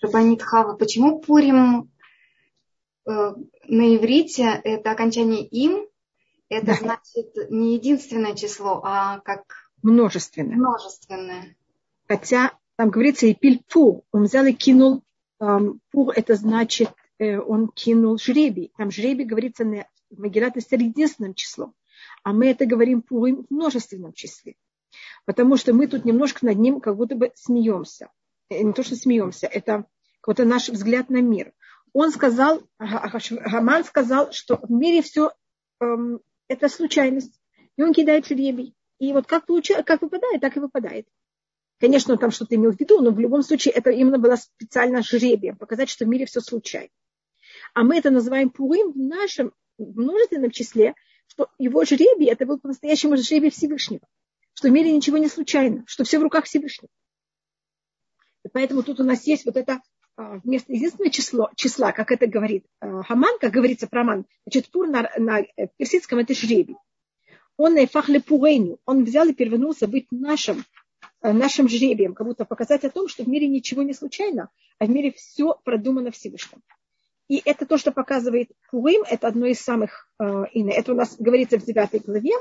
Рабанит Хава, почему Пурим на иврите это окончание им, это Да. значит не единственное число, а как Множественное. множественное. Хотя там говорится и пиль пур. Он взял и кинул. Пур это значит, он кинул жребий. Там жребий говорится на Мегилат Эстер единственным числом. А мы это говорим пурим в множественном числе. Потому что мы тут немножко над ним как будто бы смеемся. Не то, что смеемся, это какой-то наш взгляд на мир. Он сказал, Гаман сказал, что в мире все это случайность. И он кидает жребий. И вот как выпадает, так и выпадает. Конечно, он там что-то имел в виду, но в любом случае это именно было специально жребием, показать, что в мире все случайно. А мы это называем пурим в нашем множественном числе, что его жребий, это был по-настоящему жребий Всевышнего. Что в мире ничего не случайно, что все в руках Всевышнего. И поэтому тут у нас есть вот это вместо единственного числа, как это говорит Хаман, как говорится про Аман, значит, пур на персидском это жребий. Он наифахле пурейну, он взял и перевернулся быть нашим жребием, как будто показать о том, что в мире ничего не случайно, а в мире все продумано Всевышним. И это то, что показывает Пурим, это одно из самых это у нас говорится в 9 главе.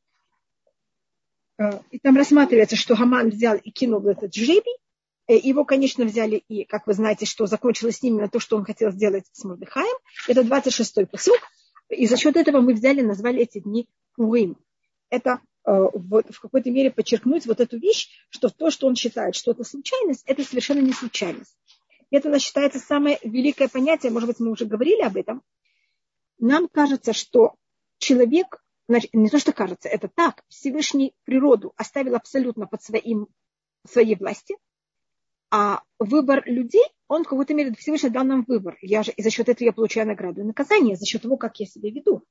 И там рассматривается, что Гаман взял и кинул этот жребий. Его, конечно, взяли и, как вы знаете, что закончилось с ним на то, что он хотел сделать с Мордехаем. Это 26-й пасук. И за счет этого мы взяли и назвали эти дни Пурим. Это в какой-то мере подчеркнуть вот эту вещь, что то, что он считает, что это случайность, это совершенно не случайность. Это у нас считается самое великое понятие, может быть, мы уже говорили об этом. Нам кажется, что человек, значит, не то, что кажется, это так, Всевышний природу оставил абсолютно под своей власти, а выбор людей, он в какой-то мере Всевышний дал нам выбор. И за счет этого я получаю награду и наказание, за счет того, как я себя веду.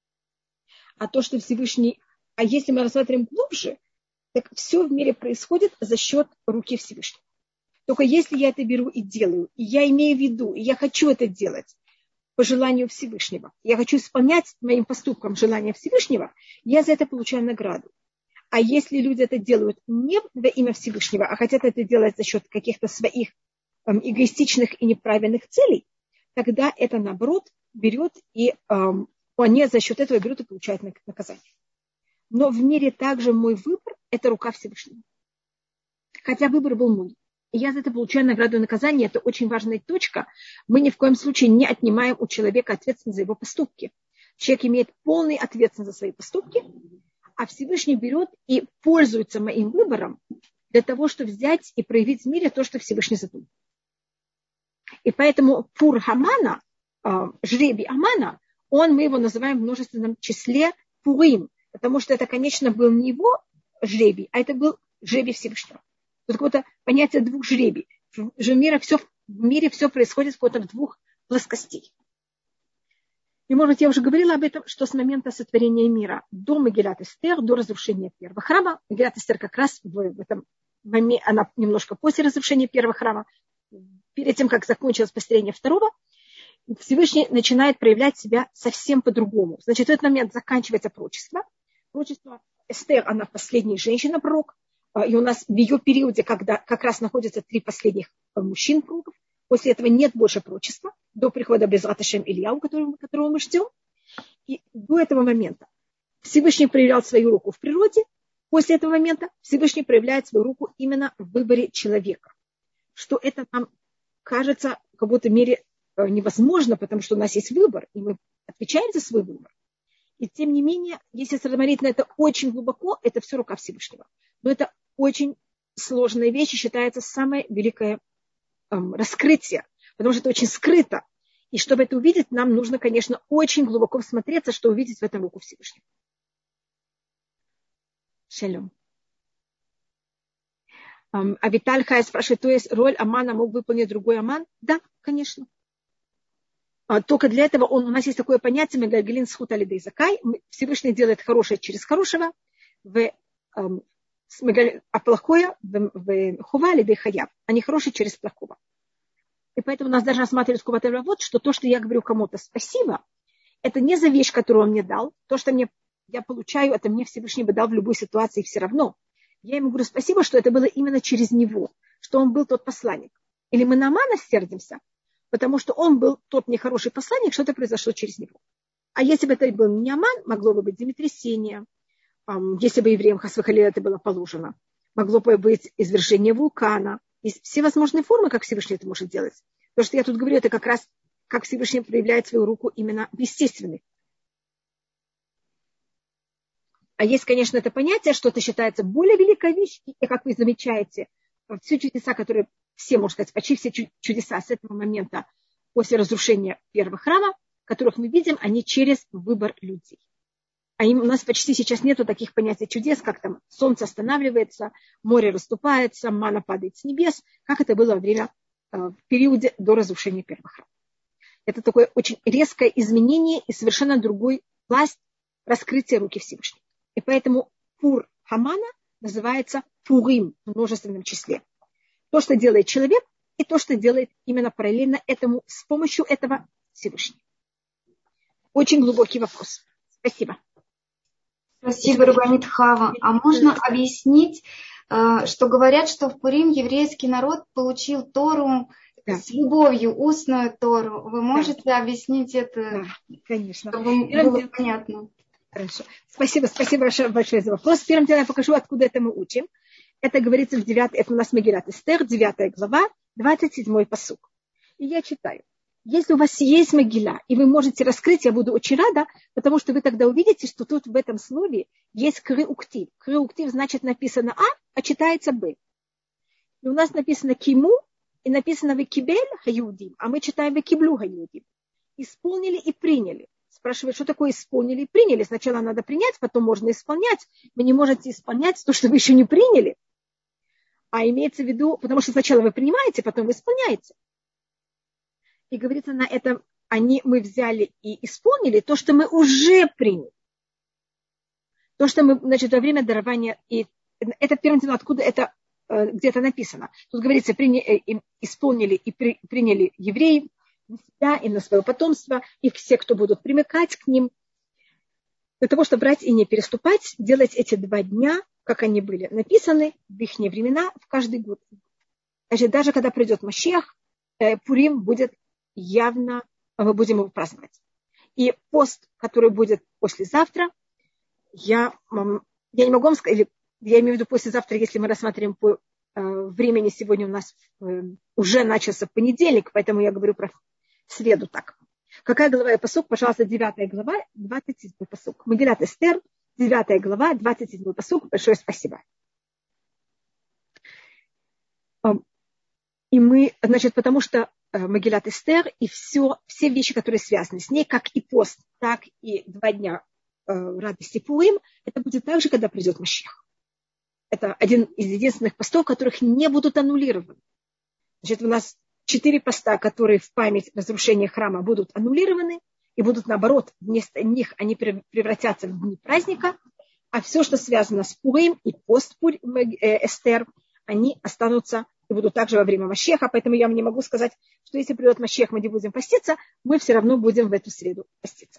А то, что Всевышний... А если мы рассмотрим глубже, так все в мире происходит за счет руки Всевышнего. Только если я это беру и делаю, и я имею в виду, и я хочу это делать по желанию Всевышнего, я хочу исполнять моим поступкам желание Всевышнего, я за это получаю награду. А если люди это делают не во имя Всевышнего, а хотят это делать за счет каких-то своих эгоистичных и неправильных целей, тогда это, наоборот, берет и они за счет этого берут и получают наказание. Но в мире также мой выбор – это рука Всевышнего. Хотя выбор был мой. И я за это получаю награду и наказание. Это очень важная точка. Мы ни в коем случае не отнимаем у человека ответственность за его поступки. Человек имеет полную ответственность за свои поступки, а Всевышний берет и пользуется моим выбором для того, чтобы взять и проявить в мире то, что Всевышний задумал. И поэтому пур Хамана, жребий Амана, мы его называем в множественном числе пурим. Потому что это, конечно, был не его жребий, а это был жребий Всевышнего. Это какое-то понятие двух жребий. В мире все происходит в двух плоскостей. И, может быть, я уже говорила об этом, что с момента сотворения мира до Мегилат Эстер, до разрушения первого храма, Мегилат Эстер как раз в этом моменте, она немножко после разрушения первого храма, перед тем, как закончилось построение второго, Всевышний начинает проявлять себя совсем по-другому. Значит, в этот момент заканчивается пророчество. Пророчество Эстер, она последняя женщина-пророк. И у нас в ее периоде, когда как раз находятся 3 последних мужчин-пророков, после этого нет больше пророчества, до прихода Безрат а-Шем Ильяу, которого мы ждем. И до этого момента Всевышний проявлял свою руку в природе. После этого момента Всевышний проявляет свою руку именно в выборе человека. Что это нам кажется в какой-то мере невозможно, потому что у нас есть выбор, и мы отвечаем за свой выбор. И тем не менее, если смотреть на это очень глубоко, это все рука Всевышнего. Но это очень сложная вещь и считается самое великое раскрытие, потому что это очень скрыто. И чтобы это увидеть, нам нужно, конечно, очень глубоко всмотреться, чтобы увидеть в этом руку Всевышнего. Шалом. А Виталь Хай спрашивает, то есть роль Амана мог выполнить другой Аман? Да, конечно. Только для этого у нас есть такое понятие Мегалгалин Схут Алидей Закай. Всевышний делает хорошее через хорошего, а плохое в Хува Алидей Хаяв, а не хорошее через плохого. И поэтому нас даже рассматривают вот, что то, что я говорю кому-то спасибо, это не за вещь, которую он мне дал. То, что я получаю, это мне Всевышний бы дал в любой ситуации все равно. Я ему говорю спасибо, что это было именно через него, что он был тот посланник. Или мы на Амана сердимся, потому что он был тот нехороший посланник, что-то произошло через него. А если бы это был не Аман, могло бы быть землетрясение. Если бы евреям Хас-Вахалиль это было положено, могло бы быть извержение вулкана. Есть всевозможные формы, как Всевышний это может делать. То, что я тут говорю, это как раз как Всевышний проявляет свою руку именно в естественных. А есть, конечно, это понятие, что это считается более великой вещью, и, как вы замечаете, все чудеса, которые все, можно сказать, почти все чудеса с этого момента после разрушения первого храма, которых мы видим, они через выбор людей. А у нас почти сейчас нету таких понятий чудес, как там солнце останавливается, море расступается, мана падает с небес, как это было во время, в периоде до разрушения первого храма. Это такое очень резкое изменение и совершенно другой власть раскрытия руки Всевышнего. И поэтому Пур Хамана называется Пурим в множественном числе. То, что делает человек, и то, что делает именно параллельно этому, с помощью этого Всевышнего. Очень глубокий вопрос. Спасибо. Спасибо, Рабанит Хава. А можно объяснить, что говорят, что в Пурим еврейский народ получил Тору с любовью, устную Тору. Вы можете объяснить это? Да, конечно. Чтобы было понятно. Хорошо. Спасибо большое за вопрос. Первым делом я покажу, откуда это мы учим. Это говорится в 9, это у нас Мегилат Эстер, 9 глава, 27 пасук. И я читаю. Если у вас есть Мегила, и вы можете раскрыть, я буду очень рада, потому что вы тогда увидите, что тут в этом слове есть кры-уктив. Кры-уктив значит написано а читается б. И у нас написано киму, и написано векибель хаюдим, а мы читаем векиблю хаюдим. Исполнили и приняли. Спрашивают, что такое исполнили и приняли. Сначала надо принять, потом можно исполнять. Вы не можете исполнять то, что вы еще не приняли. А имеется в виду, потому что сначала вы принимаете, потом вы исполняете. И говорится на этом, мы взяли и исполнили то, что мы уже приняли. То, что мы, значит, во время дарования, и это первым делом, откуда это где-то написано. Тут говорится, исполнили и приняли евреи на себя и на свое потомство, и все, кто будут примыкать к ним, для того, чтобы брать и не переступать, делать эти 2 дня, как они были написаны в их времена, в каждый год. Значит, даже когда придет Машиах, Пурим будет явно, мы будем его праздновать. И пост, который будет послезавтра, я не могу вам сказать, я имею в виду послезавтра, если мы рассматриваем по времени, сегодня у нас уже начался понедельник, поэтому я говорю про среду так. Какая глава и пасук? Пожалуйста, 9 глава, 27 пасук. Мегилат Эстер, 9 глава, 27 пасук. Большое спасибо. И мы, значит, потому что Мегилат Эстер и все вещи, которые связаны с ней, как и пост, так и 2 дня радости Пурим, это будет так же, когда придет Машиах. Это один из единственных постов, которых не будут аннулированы. Значит, у нас 4 поста, которые в память разрушения храма будут аннулированы, и будут, наоборот, вместо них они превратятся в дни праздника, а все, что связано с Пурим и пост Эстер, они останутся и будут также во время Машеха, поэтому я вам не могу сказать, что если придет Машех, мы не будем поститься, мы все равно будем в эту среду поститься.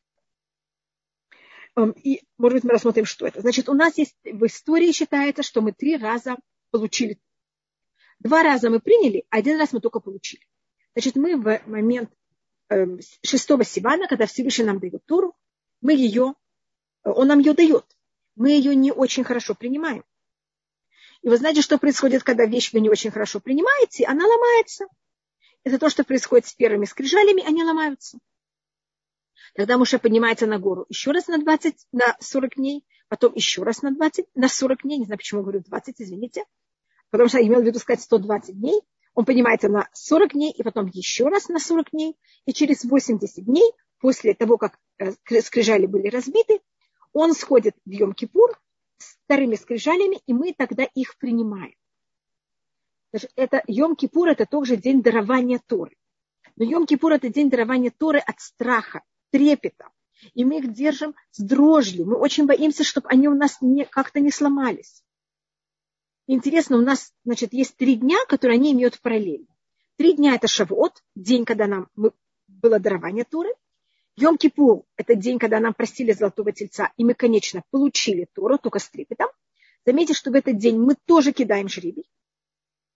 И, может быть, мы рассмотрим, что это. Значит, у нас есть в истории считается, что мы 3 раза получили. 2 раза мы приняли, 1 раз мы только получили. Значит, мы в момент 6-го Сивана, когда Всевышний нам дает Тору, он нам ее дает. Мы ее не очень хорошо принимаем. И вы знаете, что происходит, когда вещь вы не очень хорошо принимаете, она ломается. Это то, что происходит с первыми скрижалями, они ломаются. Тогда Моше поднимается на гору еще раз на 40 дней, потом еще раз на 40 дней, не знаю, почему я говорю 20, извините, потому что я имел в виду сказать 120 дней. Он поднимается на 40 дней, и потом еще раз на 40 дней, и через 80 дней, после того, как скрижали были разбиты, он сходит в Йом-Кипур с вторыми скрижалями, и мы тогда их принимаем. Это Йом-Кипур, это тоже день дарования Торы. Но Йом-Кипур это день дарования Торы от страха, трепета. И мы их держим с дрожью. Мы очень боимся, чтобы они у нас как-то не сломались. Интересно, у нас, значит, есть 3 дня, которые они имеют параллельно. 3 дня это Шавуот, день, когда было дарование Торы. Йом-Кипур – это день, когда нам простили золотого тельца, и мы, конечно, получили Тору, только с трепетом. Заметьте, что в этот день мы тоже кидаем жребий.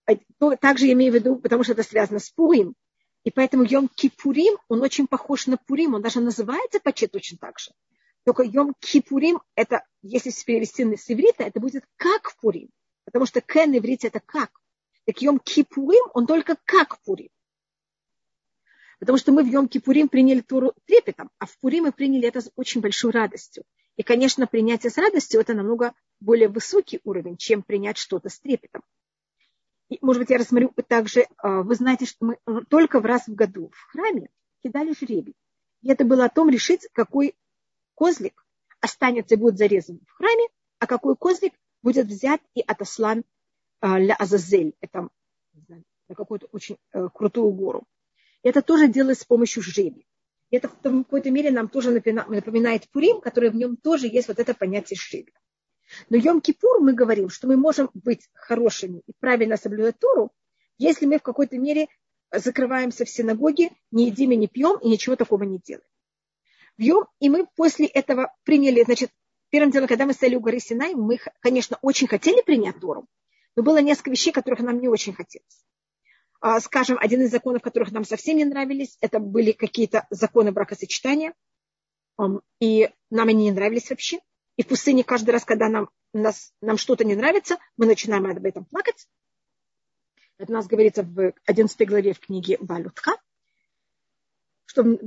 также я имею в виду, потому что это связано с Пурим. И поэтому Йом-Кипурим, он очень похож на Пурим. Он даже называется почти точно так же. Только Йом-Кипурим, это, если перевести с иврита, это будет как Пурим. Потому что кен на иврите это как. Так Йом-Кипурим, он только как Пурим. Потому что мы в Йом-Кипурим приняли Тору трепетом, а в Пурим мы приняли это с очень большой радостью. И, конечно, принятие с радостью – это намного более высокий уровень, чем принять что-то с трепетом. И, может быть, я рассмотрю также, вы знаете, что мы только раз в году в храме кидали жребий. И это было о том решить, какой козлик останется и будет зарезан в храме, а какой козлик будет взят и отослан ля Азазель, это на какую-то очень крутую гору. И это тоже делается с помощью жребий. И это в какой-то мере нам тоже напоминает Пурим, который в нем тоже есть вот это понятие жребия. Но Йом-Кипур мы говорим, что мы можем быть хорошими и правильно соблюдать Тору, если мы в какой-то мере закрываемся в синагоге, не едим и не пьем, и ничего такого не делаем. И мы после этого приняли, значит, первым делом, когда мы стояли у горы Синай, мы, конечно, очень хотели принять Тору, но было несколько вещей, которых нам не очень хотелось. Скажем, один из законов, которых нам совсем не нравились, это были какие-то законы бракосочетания, и нам они не нравились вообще. И в пустыне каждый раз, когда нам что-то не нравится, мы начинаем об этом плакать. Это у нас говорится в 11 главе в книге Балютха, что мы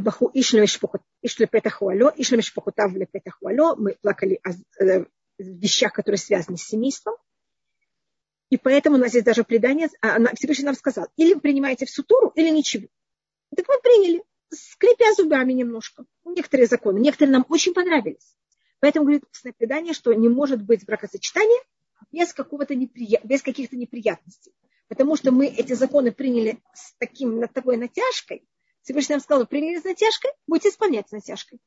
плакали о вещах, которые связаны с семейством. И поэтому у нас есть даже предание, Всевышний нам сказал, или вы принимаете всю Тору, или ничего. Так мы приняли, скрипя зубами немножко. Некоторые законы, некоторые нам очень понравились. Поэтому говорит устное предание, что не может быть бракосочетания без каких-то неприятностей. Потому что мы эти законы приняли с такой натяжкой. Всевышний нам сказал, приняли с натяжкой, будете исполнять с натяжкой.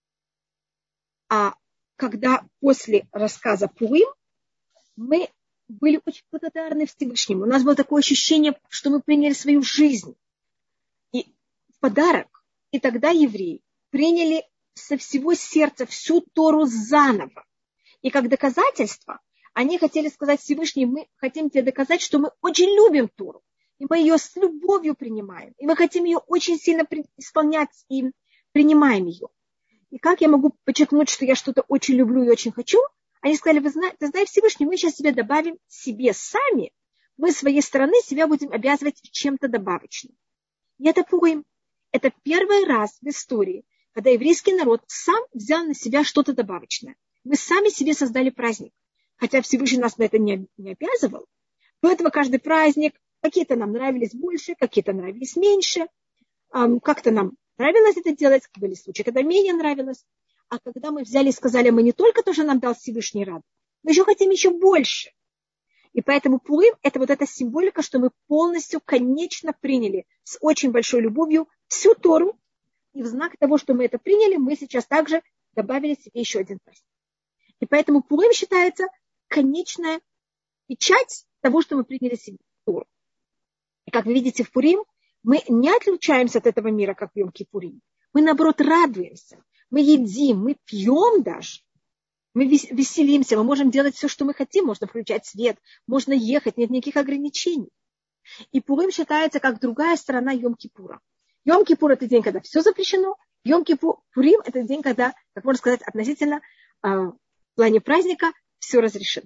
А когда после рассказа Пурим мы были очень благодарны Всевышнему. У нас было такое ощущение, что мы приняли свою жизнь и в подарок. И тогда евреи приняли со всего сердца всю Тору заново. И как доказательство, они хотели сказать Всевышний, мы хотим тебе доказать, что мы очень любим Тору. И мы ее с любовью принимаем. И мы хотим ее очень сильно исполнять и принимаем ее. И как я могу подчеркнуть, что я что-то очень люблю и очень хочу? Они сказали, ты знаешь, Всевышний, мы сейчас себе добавим себе сами. Мы с своей стороны себя будем обязывать чем-то добавочным. И это Пурим. Это первый раз в истории, когда еврейский народ сам взял на себя что-то добавочное. Мы сами себе создали праздник. Хотя Всевышний нас на это не обязывал. До этого каждый праздник, какие-то нам нравились больше, какие-то нравились меньше. Как-то нам нравилось это делать, были случаи, когда менее нравилось. А когда мы взяли и сказали, мы не только то, что нам дал Всевышний рад, мы еще хотим еще больше. И поэтому Пурим – это вот эта символика, что мы полностью, конечно, приняли с очень большой любовью всю Тору. И в знак того, что мы это приняли, мы сейчас также добавили себе еще один праздник. И поэтому Пурим считается конечная печать того, что мы приняли себе Тору. И как вы видите, в Пурим мы не отлучаемся от этого мира, как в Йом-Кипурим. Мы, наоборот, радуемся. Мы едим, мы пьем даже. Мы веселимся, мы можем делать все, что мы хотим. Можно включать свет, можно ехать, нет никаких ограничений. И Пурим считается как другая сторона Йом-Кипура. Йом-Кипур – это день, когда все запрещено. Пурим – это день, когда, как можно сказать, относительно в плане праздника все разрешено.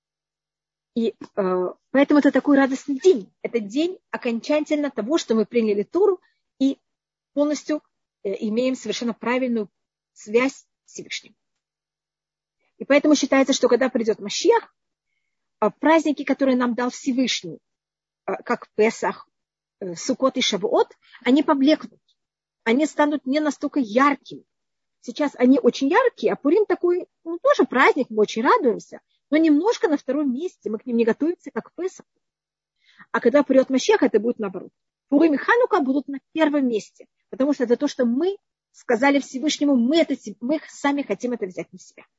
И поэтому это такой радостный день. Это день окончательно того, что мы приняли Тору и полностью имеем совершенно правильную связь с Всевышним. И поэтому считается, что когда придет Машиах, праздники, которые нам дал Всевышний, как Песах, Суккот и Шавуот, они поблекнут. Они станут не настолько яркими. Сейчас они очень яркие, а Пурим такой, тоже праздник, мы очень радуемся, но немножко на втором месте, мы к ним не готовимся, как Песах. А когда придет Машиах, это будет наоборот. Пурим и Ханука будут на первом месте, потому что это то, что мы сказали Всевышнему, мы сами хотим это взять на себя.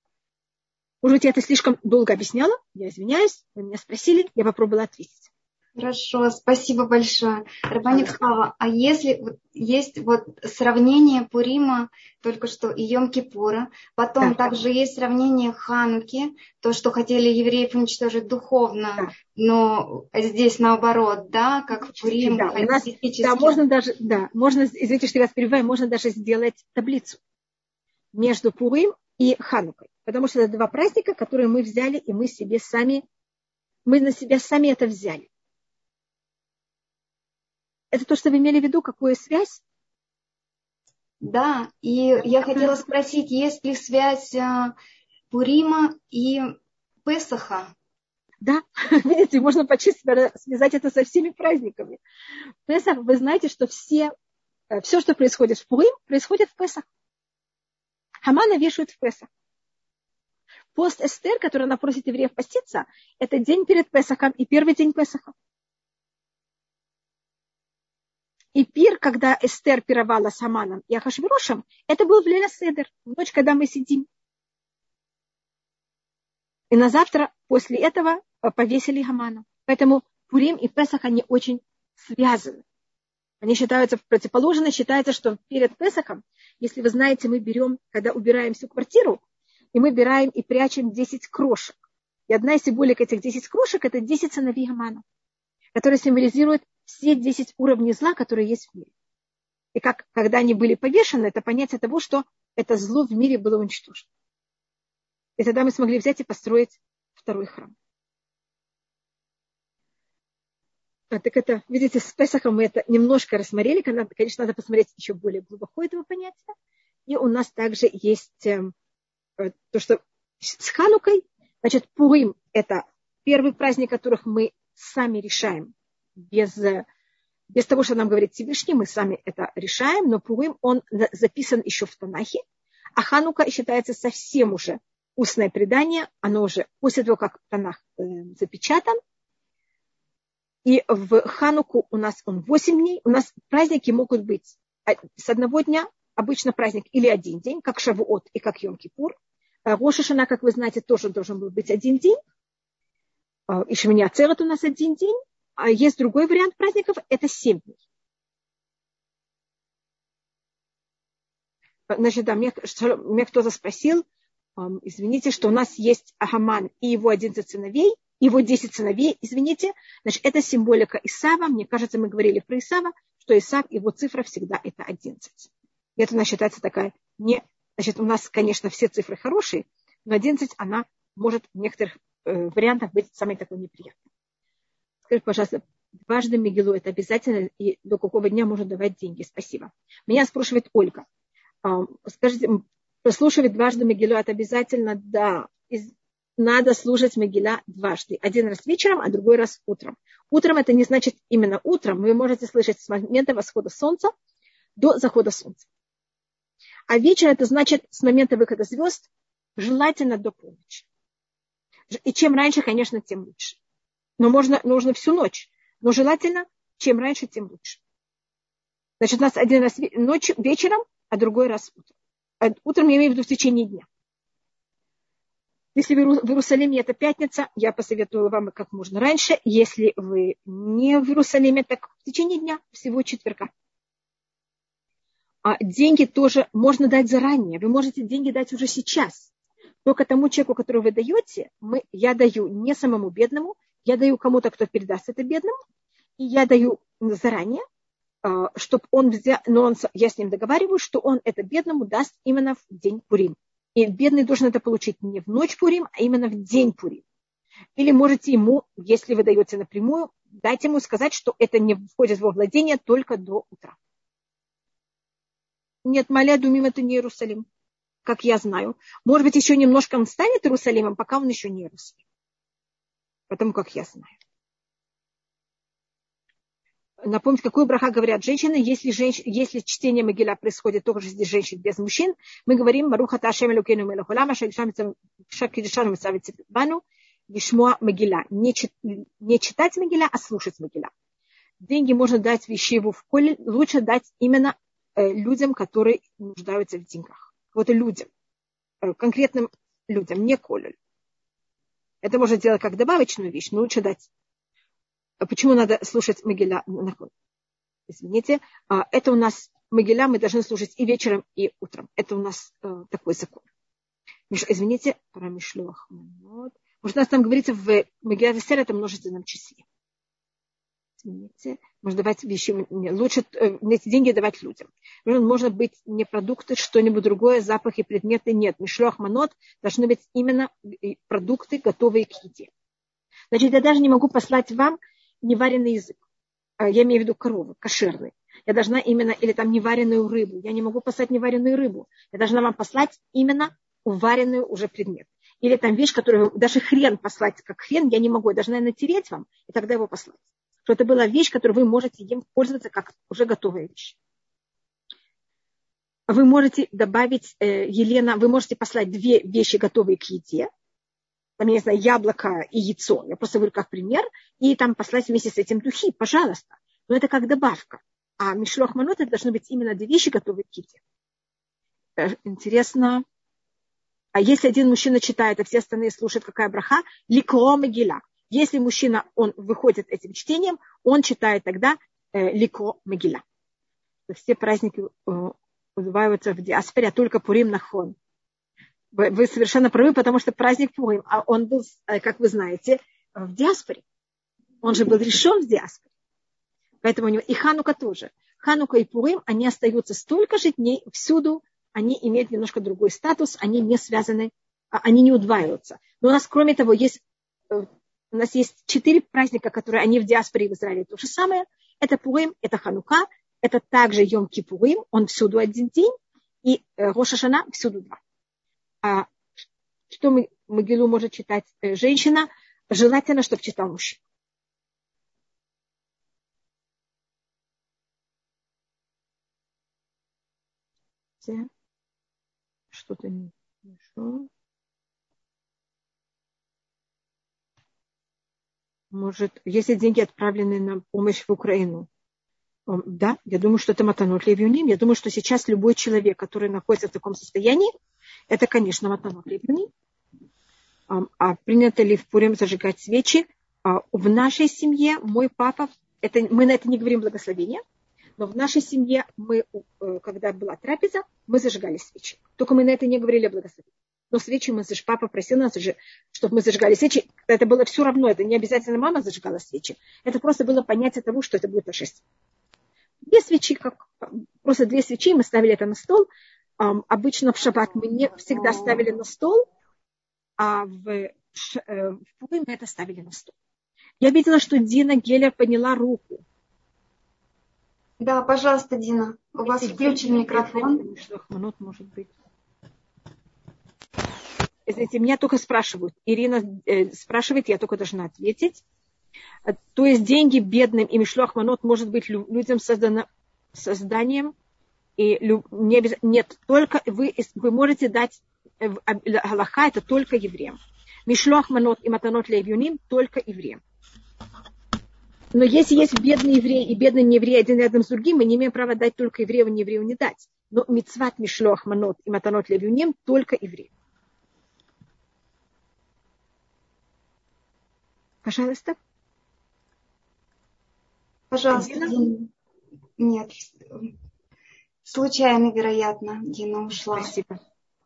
Может быть, я это слишком долго объясняла, я извиняюсь, вы меня спросили, я попробовала ответить. Хорошо, спасибо большое. Рабанит Пожалуйста. Хава, а если есть сравнение Пурима, только что, и Йом-Кипура, потом Да, также есть сравнение Хануки, то, что хотели евреев уничтожить духовно, да. но здесь наоборот, да, как в Физически, Пурим, да. У нас, да, физически. можно даже, да, можно, извините, что я вас перебиваю, можно даже сделать таблицу между Пурим и Ханукой. Потому что это два праздника, которые мы взяли, и мы на себя сами это взяли. Это то, что вы имели в виду, какую связь? Да, и я хотела спросить, есть ли связь Пурима и Песаха? Да, видите, можно почти связать это со всеми праздниками. Песах, вы знаете, что все, что происходит в Пурим, происходит в Песах. Хамана вешают в Песах. Пост Эстер, который она просит евреев поститься, это день перед Песахом и первый день Песаха. И пир, когда Эстер пировала с Хаманом и Ахашвирошем, это был в Леля Седер, в ночь, когда мы сидим. И на завтра после этого повесили Хамана. Поэтому Пурим и Песах, они очень связаны. Они считаются противоположны. Считается, что перед Песахом, если вы знаете, мы берем, когда убираем всю квартиру, и мы убираем и прячем 10 крошек. И одна из символик этих 10 крошек – это 10 сыновей Хамана, которые символизируют все 10 уровней зла, которые есть в мире. И как, когда они были повешены, это понятие того, что это зло в мире было уничтожено. И тогда мы смогли взять и построить второй храм. Так это, видите, с Песахом мы это немножко рассмотрели. Конечно, надо посмотреть еще более глубоко этого понятия. И у нас также есть то, что с Ханукой, значит, Пурим – это первый праздник, которых мы сами решаем. Без того, что нам говорит Всевышний, мы сами это решаем. Но Пурим, он записан еще в Танахе. А Ханука считается совсем уже устное предание. Оно уже после того, как Танах запечатан. И в Хануку у нас он 8 дней. У нас праздники могут быть с одного дня, обычно праздник, или один день, как Шавуот и как Йом-Кипур. Рош ха-Шана, как вы знаете, тоже должен был быть один день. И Шмини Ацерет у нас один день. А есть другой вариант праздников, это 7 дней. Значит, да, меня кто-то спросил, извините, что у нас есть Ахаман и его 11 сыновей, его 10 сыновей, извините. Значит, это символика Исава. Мне кажется, мы говорили про Исава, что Исав, его цифра всегда это 11. И это, считается такая Значит, у нас, конечно, все цифры хорошие, но 11, она может в некоторых вариантах быть самой такой неприятной. Скажите, пожалуйста, дважды Мегилу это обязательно, и до какого дня можно давать деньги? Спасибо. Меня спрашивает Ольга. Скажите, прослушивать дважды Мегилу это обязательно? Да. Надо слушать Мегиля дважды. Один раз вечером, а другой раз утром. Утром это не значит именно утром. Вы можете слышать с момента восхода солнца до захода солнца. А вечер это значит с момента выхода звезд, желательно до полночи. И чем раньше, конечно, тем лучше. Но нужно всю ночь. Но желательно, чем раньше, тем лучше. Значит, у нас один раз ночью, вечером, а другой раз утром. Утром я имею в виду в течение дня. Если вы в Иерусалиме, это пятница, я посоветую вам как можно раньше. Если вы не в Иерусалиме, так в течение дня, всего четверга. А деньги тоже можно дать заранее. Вы можете деньги дать уже сейчас. Только тому человеку, которого вы даете, я даю не самому бедному, я даю кому-то, кто передаст это бедному, и я даю заранее, чтобы он взял, я с ним договариваюсь, что он это бедному даст именно в день Пурим. И бедный должен это получить не в ночь Пурим, а именно в день Пурим. Или можете ему, если вы даете напрямую, дать ему сказать, что это не входит в его владение только до утра. Нет, Маля Думим это не Иерусалим, как я знаю. Может быть, еще немножко он станет Иерусалимом, пока он еще не Иерусалим. Потому как я знаю. Напомнить, какую браха говорят женщины, если чтение Мегиля происходит только среди женщин без мужчин, мы говорим Барух ата Ашем Элокейну мелech хаолам ашер кидушану мицавет бану лишмоа Мегиля. Не читать Мегиля, а слушать Мегиля. Деньги можно дать в Ешиву в колледж, лучше дать именно людям, которые нуждаются в деньгах. Вот и людям, конкретным людям, не колледж. Это можно делать как добавочную вещь, но лучше дать. почему надо слушать Мегилла Нахон? Извините, это у нас Мегилла мы должны слушать и вечером, и утром. Это у нас такой закон. Извините, про Мишлох Манот. Может, у нас там говорится в Мегилла Эстер, это множественном числе. Извините, можно давать вещи, лучше эти деньги давать людям. Можно быть не продукты, что-нибудь другое, запахи, предметы, нет. Мишлох Манот должны быть именно продукты, готовые к еде. Значит, я даже не могу послать вам неваренный язык. Я имею в виду корову, кошерный. Я должна именно, или там невареную рыбу. Я не могу послать невареную рыбу. Я должна вам послать именно уваренную уже предмет. Или там вещь, которую, даже хрен послать как хрен, я не могу. Я должна натереть вам, и тогда его послать. Что это была вещь, которую вы можете им пользоваться как уже готовая вещь. Вы можете добавить, Елена, вы можете послать 2 вещи, готовые к еде. Там, я не знаю, яблоко и яйцо. Я просто говорю как пример. И там послать вместе с этим духи, пожалуйста. Но это как добавка. А Мишлох Манот это должны быть именно 2 вещи, готовые к еде. Интересно. А если один мужчина читает, а все остальные слушают, какая браха? Ликро Мегилла. Если мужчина, он выходит этим чтением, он читает тогда Ликро Мегилла. Все праздники называются в диаспоре, а только Пурим Нахон. Вы совершенно правы, потому что праздник Пурим, а он был, как вы знаете, в диаспоре. Он же был решен в диаспоре. Поэтому у него и Ханука тоже. Ханука и Пурим, они остаются столько же дней всюду, они имеют немножко другой статус, они не связаны, они не удваиваются. Но у нас, кроме того, у нас есть 4 праздника, которые они в диаспоре и в Израиле то же самое. Это Пурим, это Ханука, это также Йом-Кипурим, он всюду 1 день, и Рош ха-Шана всюду 2. А что Мегиллу может читать женщина? Желательно, чтобы читал мужчина. Что-то не хорошо. Может, если деньги отправлены на помощь в Украину, да, я думаю, что это Матанот Левиуним. Я думаю, что сейчас любой человек, который находится в таком состоянии, это, конечно, Матанот Левиуним. А принято ли в Пурим зажигать свечи? В нашей семье мой папа, мы на это не говорим благословение, но в нашей семье когда была трапеза, мы зажигали свечи. Только мы на это не говорили благословение. Но свечи папа просил нас, чтобы мы зажигали свечи. Это было все равно, это не обязательно мама зажигала свечи. Это просто было понятие того, что это будет торжественно. 2 свечи, просто 2 свечи, мы ставили это на стол. Обычно в шаббат мы не всегда ставили на стол, а в Пурим мы это ставили на стол. Я видела, что Дина Геля подняла руку. Да, пожалуйста, Дина, у вас включен микрофон. Может быть. Извините, меня только спрашивают. Ирина спрашивает, я только должна ответить. То есть деньги бедным и Мишлох Манот может быть людям созданием. И нет, только вы можете дать галаха, это только евреям. Мишлох Манот и Матанот Левиуним только евреям. Но если есть бедный еврей и бедный нееврей один рядом с другим, мы не имеем права дать только еврею, не еврею не дать. Но мицват Мишлох Манот и Матанот Левиуним только евреям. Пожалуйста. Пожалуйста, Дина. Нет. Случайно, вероятно, Дина ушла. Спасибо.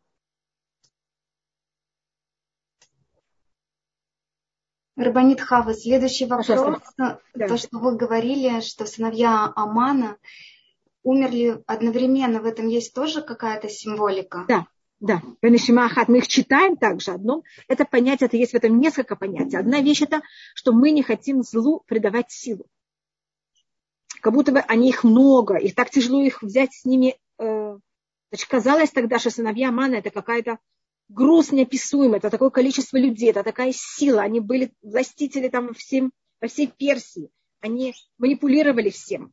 Рабанит Хава, следующий вопрос. Да. То, что вы говорили, что сыновья Амана умерли одновременно, в этом есть тоже какая-то символика? Да. Бенешима Ахат, мы их читаем также одном. Это понятие, это есть в этом несколько понятий. Одна вещь это, что мы не хотим злу придавать силу. Как будто бы они их много, и так тяжело их взять с ними. Значит, казалось тогда, что сыновья Амана это какая-то груз неописуемый, это такое количество людей, это такая сила. Они были властители там во всей Персии. Они манипулировали всем.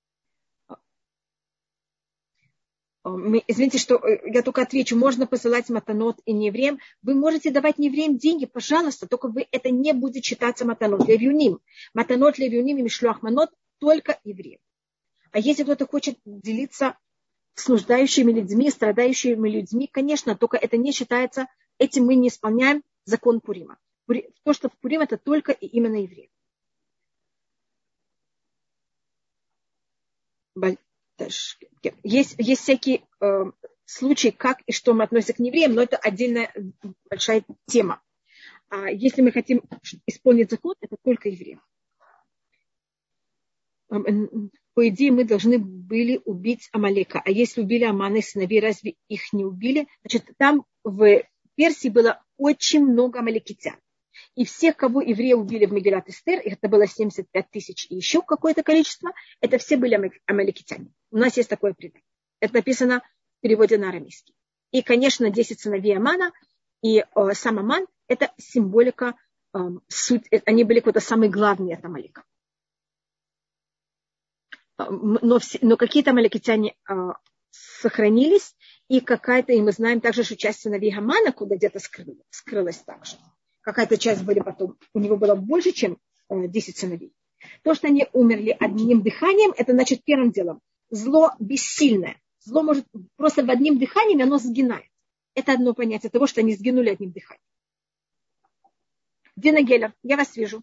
Извините, что я только отвечу. Можно посылать матанот и неевреям. Вы можете давать неевреям деньги, пожалуйста, только вы это не будет считаться матанот левиуним. Матанот левиуним и мишлуах манот только евреям. А если кто-то хочет делиться с нуждающими людьми, страдающими людьми, конечно, только это не считается, этим мы не исполняем закон Пурима. То, что в Пурим, это только и именно евреи. Есть всякие случаи, как и что мы относимся к неевреям, но это отдельная большая тема. А если мы хотим исполнить закон, это только евреям. По идее, мы должны были убить Амалека. А если убили Амана и сыновей, разве их не убили? Значит, там в Персии было очень много амалекитян. И всех, кого евреи убили в Мегилат Эстер, это было 75 тысяч и еще какое-то количество, это все были амалекитяне. У нас есть такое предание. Это написано в переводе на арамейский. И, конечно, 10 сыновей Амана и сам Аман – это символика, суть, они были какой-то самый главный от Амалека. Но какие-то амалекитяне сохранились, и какая-то, и мы знаем также, что часть сыновей Амана куда где-то скрылась также. Какая-то часть были потом, у него было больше, чем 10 сыновей. То, что они умерли одним дыханием, это значит первым делом. Зло бессильное. Зло может просто в одним дыханием, оно сгинает. Это одно понятие того, что они сгинули одним дыханием. Дина Геллер, я вас вижу.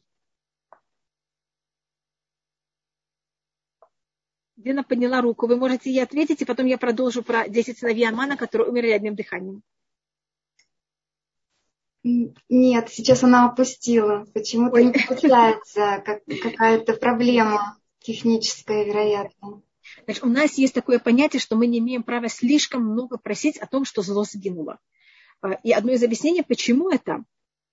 Дина подняла руку. Вы можете ей ответить, и потом я продолжу про 10 сыновей Амана, которые умерли одним дыханием. Нет, сейчас она опустила. Почему-то не получается, какая-то проблема техническая, вероятно. Значит, у нас есть такое понятие, что мы не имеем права слишком много просить о том, что зло сгинуло. И одно из объяснений, почему это,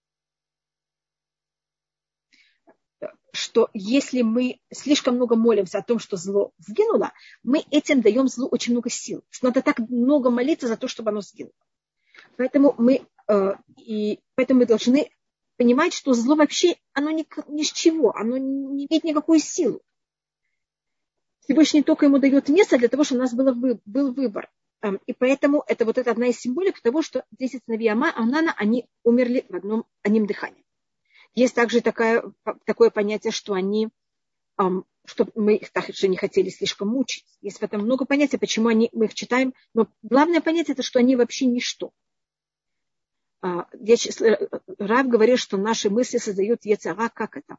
что если мы слишком много молимся о том, что зло сгинуло, мы этим даем злу очень много сил. Что надо так много молиться за то, чтобы оно сгинуло. Поэтому мы должны понимать, что зло вообще, оно ни с чего, оно не имеет никакую силу. Всевышний только ему дает место для того, чтобы у нас был выбор. И поэтому это вот это одна из символик того, что 10 сыновей Амана, они умерли в одним дыханием. Есть также такое понятие, что что мы их также не хотели слишком мучить. Есть в этом много понятий, почему мы их читаем. Но главное понятие, это что они вообще ничто. Рав говорит, что наши мысли создают йецер ара, как это?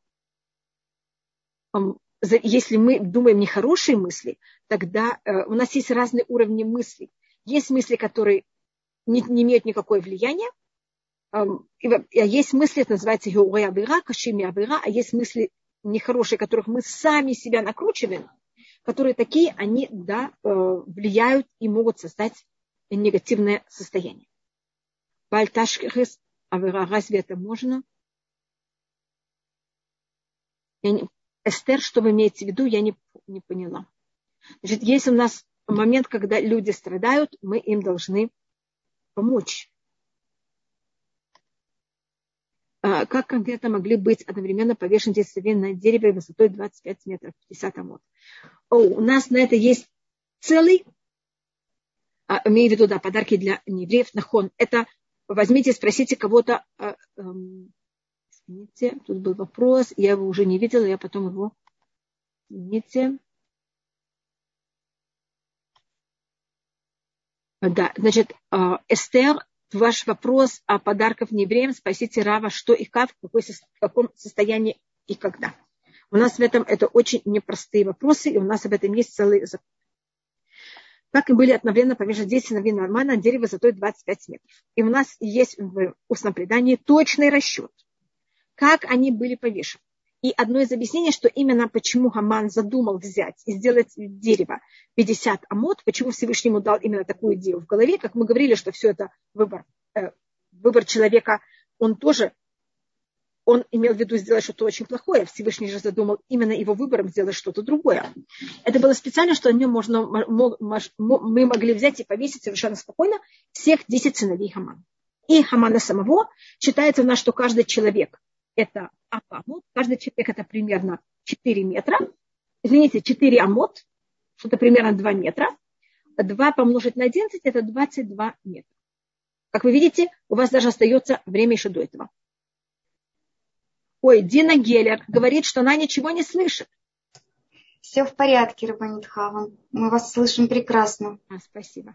Если мы думаем нехорошие мысли, тогда у нас есть разные уровни мыслей. Есть мысли, которые не имеют никакое влияния, а есть мысли, это называется геурей авира, кашими авира, а есть мысли нехорошие, которых мы сами себя накручиваем, которые такие, они влияют и могут создать негативное состояние. Бальташкерес авира, разве это можно? Эстер, что вы имеете в виду, я не поняла. Значит, есть у нас момент, когда люди страдают, мы им должны помочь. Как конкретно могли быть одновременно повешены 10 сыновей на дереве высотой 25 метров, 50 амот? У нас на это есть целый, имею в виду, подарки для неевреев, нахон. Это возьмите, спросите кого-то. Извините, тут был вопрос, я его уже не видела, я потом его... Извините. Да, значит, Эстер, ваш вопрос о подарках неевреям, спросите Рава, что и как, в каком состоянии и когда. У нас в этом это очень непростые вопросы, и у нас об этом есть целый закон. Как и были одновременно повешены 10 сыновей Амана на дерево высотой 25 метров. И у нас есть в устном предании точный расчет, как они были повешены. И одно из объяснений, что именно почему Аман задумал взять и сделать дерево 50 амот, почему Всевышний ему дал именно такую идею в голове, как мы говорили, что все это выбор человека, он имел в виду сделать что-то очень плохое. Всевышний же задумал именно его выбором сделать что-то другое. Это было специально, что о нем мы могли взять и повесить совершенно спокойно всех 10 сыновей Амана. И Амана самого считается у нас, что каждый человек это амот, каждый человек это примерно 4 метра. Извините, 4 амот, что-то примерно 2 метра. 2 помножить на 11 это 22 метра. Как вы видите, у вас даже остается время еще до этого. Ой, Дина Геллер говорит, что она ничего не слышит. Все в порядке, Рабанит Хава. Мы вас слышим прекрасно. Спасибо.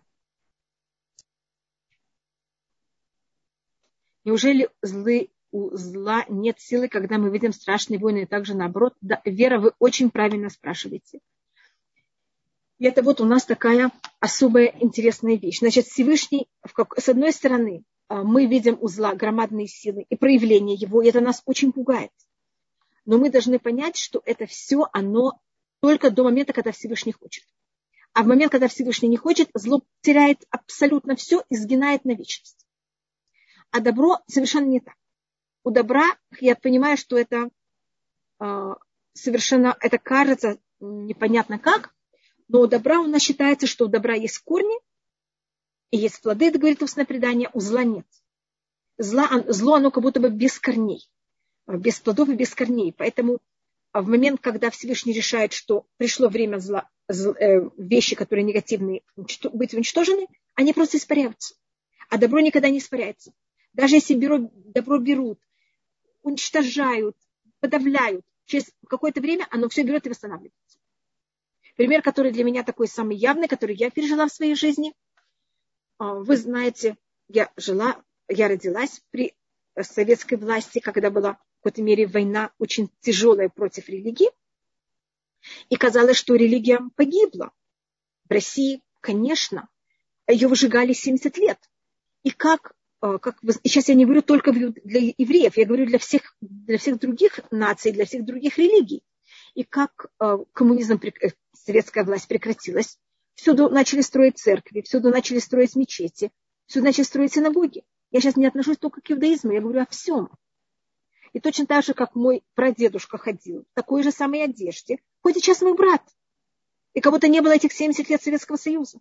Неужели у зла нет силы, когда мы видим страшные войны, и также наоборот? Да, Вера, вы очень правильно спрашиваете. И это вот у нас такая особая интересная вещь. Значит, Всевышний, с одной стороны, мы видим у зла громадные силы и проявление его, и это нас очень пугает. Но мы должны понять, что это все, оно только до момента, когда Всевышний хочет. А в момент, когда Всевышний не хочет, зло теряет абсолютно все и сгинает на вечность. А добро совершенно не так. У добра, я понимаю, что это совершенно, это кажется непонятно как, но у добра у нас считается, что у добра есть корни и есть плоды, это говорит устное предание, у зла нет. Зло, оно как будто бы без корней, без плодов и без корней. Поэтому в момент, когда Всевышний решает, что пришло время зла, вещи, которые негативные, быть уничтожены, они просто испаряются. А добро никогда не испаряется. Даже если добро берут, уничтожают, подавляют, через какое-то время оно все берет и восстанавливается. Пример, который для меня такой самый явный, который я пережила в своей жизни. Вы знаете, я родилась при советской власти, когда была в какой-то мере война очень тяжелая против религии. И казалось, что религия погибла. В России, конечно, ее выжигали 70 лет. И сейчас я не говорю только для евреев, я говорю для всех других наций, для всех других религий. И как коммунизм, советская власть прекратилась, всюду начали строить церкви, всюду начали строить мечети, всюду начали строить синагоги. Я сейчас не отношусь только к иудаизму, я говорю о всем. И точно так же, как мой прадедушка ходил в такой же самой одежде, ходит сейчас мой брат. И как будто не было этих 70 лет Советского Союза.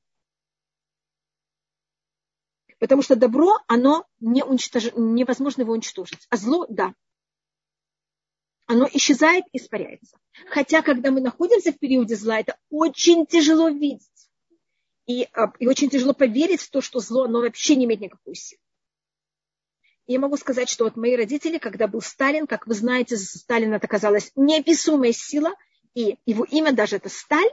Потому что добро, оно невозможно его уничтожить. А зло, да. Оно исчезает, испаряется. Хотя, когда мы находимся в периоде зла, это очень тяжело видеть. И очень тяжело поверить в то, что зло, оно вообще не имеет никакой силы. И я могу сказать, что вот мои родители, когда был Сталин, как вы знаете, за Сталина это оказалась неописуемая сила, и его имя даже это Сталь.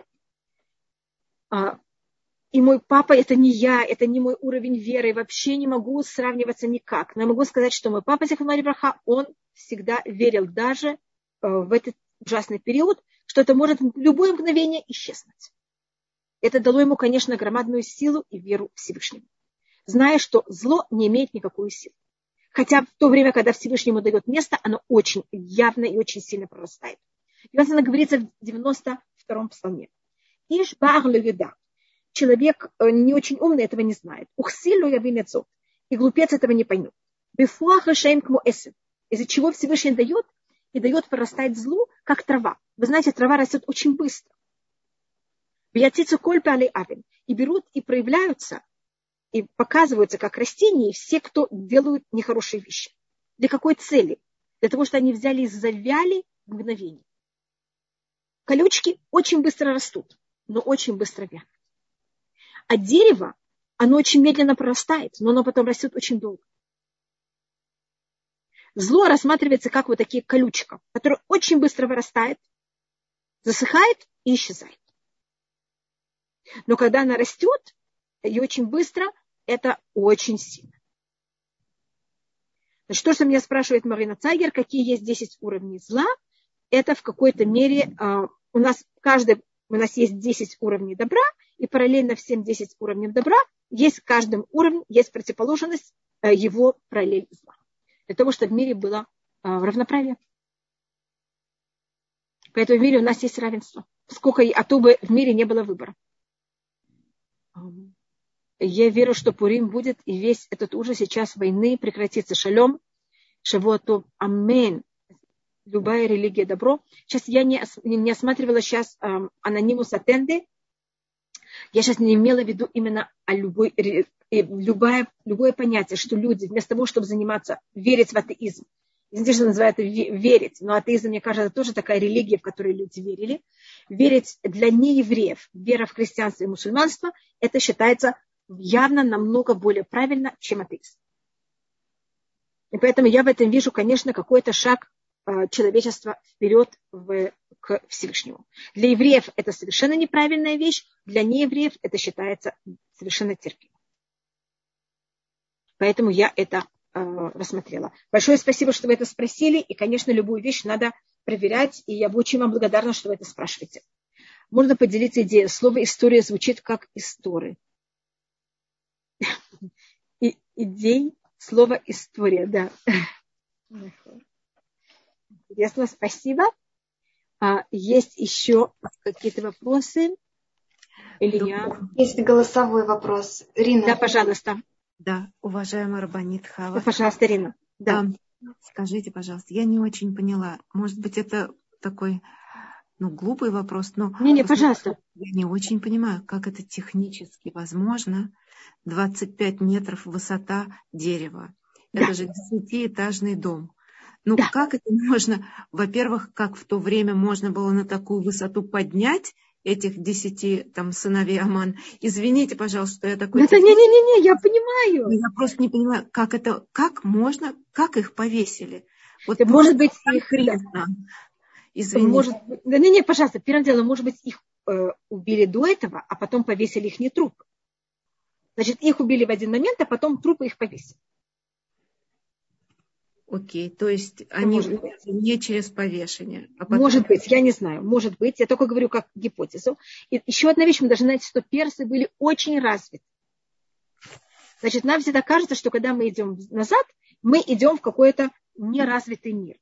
И мой папа, это не я, это не мой уровень веры, вообще не могу сравниваться никак. Но я могу сказать, что мой папа, Зихроно либраха, он всегда верил даже в этот ужасный период, что это может в любое мгновение исчезнуть. Это дало ему, конечно, громадную силу и веру Всевышнему, зная, что зло не имеет никакой силы. Хотя в то время, когда Всевышнему дает место, оно очень явно и очень сильно прорастает. И вот это говорится в 92-м псалме. Иш баар ло юда. Человек не очень умный этого не знает. Ухсилу я винецот. И глупец этого не поймет. Бефуаха шейм кмо эсен. Из-за чего Всевышний дает и дает прорастать злу, как трава. Вы знаете, трава растет очень быстро. Вятицу коль пали авен. И берут и проявляются, и показываются как растения все, кто делают нехорошие вещи. Для какой цели? Для того, что они взяли и завяли в мгновение. Колючки очень быстро растут, но очень быстро вянут. А дерево, оно очень медленно прорастает, но оно потом растет очень долго. Зло рассматривается как вот такие колючка, которые очень быстро вырастает, засыхает и исчезает. Но когда она растет, и очень быстро, это очень сильно. Значит, то, что меня спрашивает Марина Цайгер, какие есть 10 уровней зла, это в какой-то мере у нас есть 10 уровней добра, и параллельно всем 10 уровней добра есть в каждом уровне есть противоположность его параллель зла. Для того, чтобы в мире было равноправие. Поэтому в мире у нас есть равенство. А то бы в мире не было выбора. Я верю, что Пурим будет, и весь этот ужас сейчас войны прекратится. Шалом, шавуатов, амен. Любая религия добро. Сейчас я не осматривала сейчас анонимус атенды. Я сейчас не имела в виду именно любое понятие, что люди вместо того, чтобы заниматься, верить в атеизм, извините, что называют верить, но атеизм, мне кажется, это тоже такая религия, в которой люди верили. Верить для неевреев, вера в христианство и мусульманство, это считается явно намного более правильно, чем атеизм. И поэтому я в этом вижу, конечно, какой-то шаг человечества вперед к Всевышнему. Для евреев это совершенно неправильная вещь, для неевреев это считается совершенно терпимо. Поэтому я это рассмотрела. Большое спасибо, что вы это спросили, и, конечно, любую вещь надо проверять, и я очень вам благодарна, что вы это спрашиваете. можно поделиться идеей. Слово история звучит как история. Идей, слово история, да. Интересно, спасибо. Есть еще какие-то вопросы? Или я? Есть голосовой вопрос. Рина. Да, пожалуйста. Да, уважаемая Рабанит Хава. Да, пожалуйста, Рина. Да. Скажите, пожалуйста, я не очень поняла. Может быть, это такой, глупый вопрос, но... Не, пожалуйста. Я не очень понимаю, как это технически возможно. 25 метров высота дерева. Да. Это же 10-этажный дом. Да. Как это можно... Во-первых, как в то время можно было на такую высоту поднять этих 10 сыновей Аман? Извините, пожалуйста, что я такой... Не, я понимаю. Я просто не понимаю, как их повесили? Может быть, их... Извините. Не, пожалуйста, первым делом, может быть, их убили до этого, а потом повесили их не труп. Значит, их убили в один момент, а потом трупы их повесили. Окей, то есть они не через повешение. А потом... Может быть, я не знаю, может быть. Я только говорю как гипотезу. И еще одна вещь, мы должны знать, что персы были очень развиты. Значит, нам всегда кажется, что когда мы идем назад, мы идем в какой-то неразвитый мир.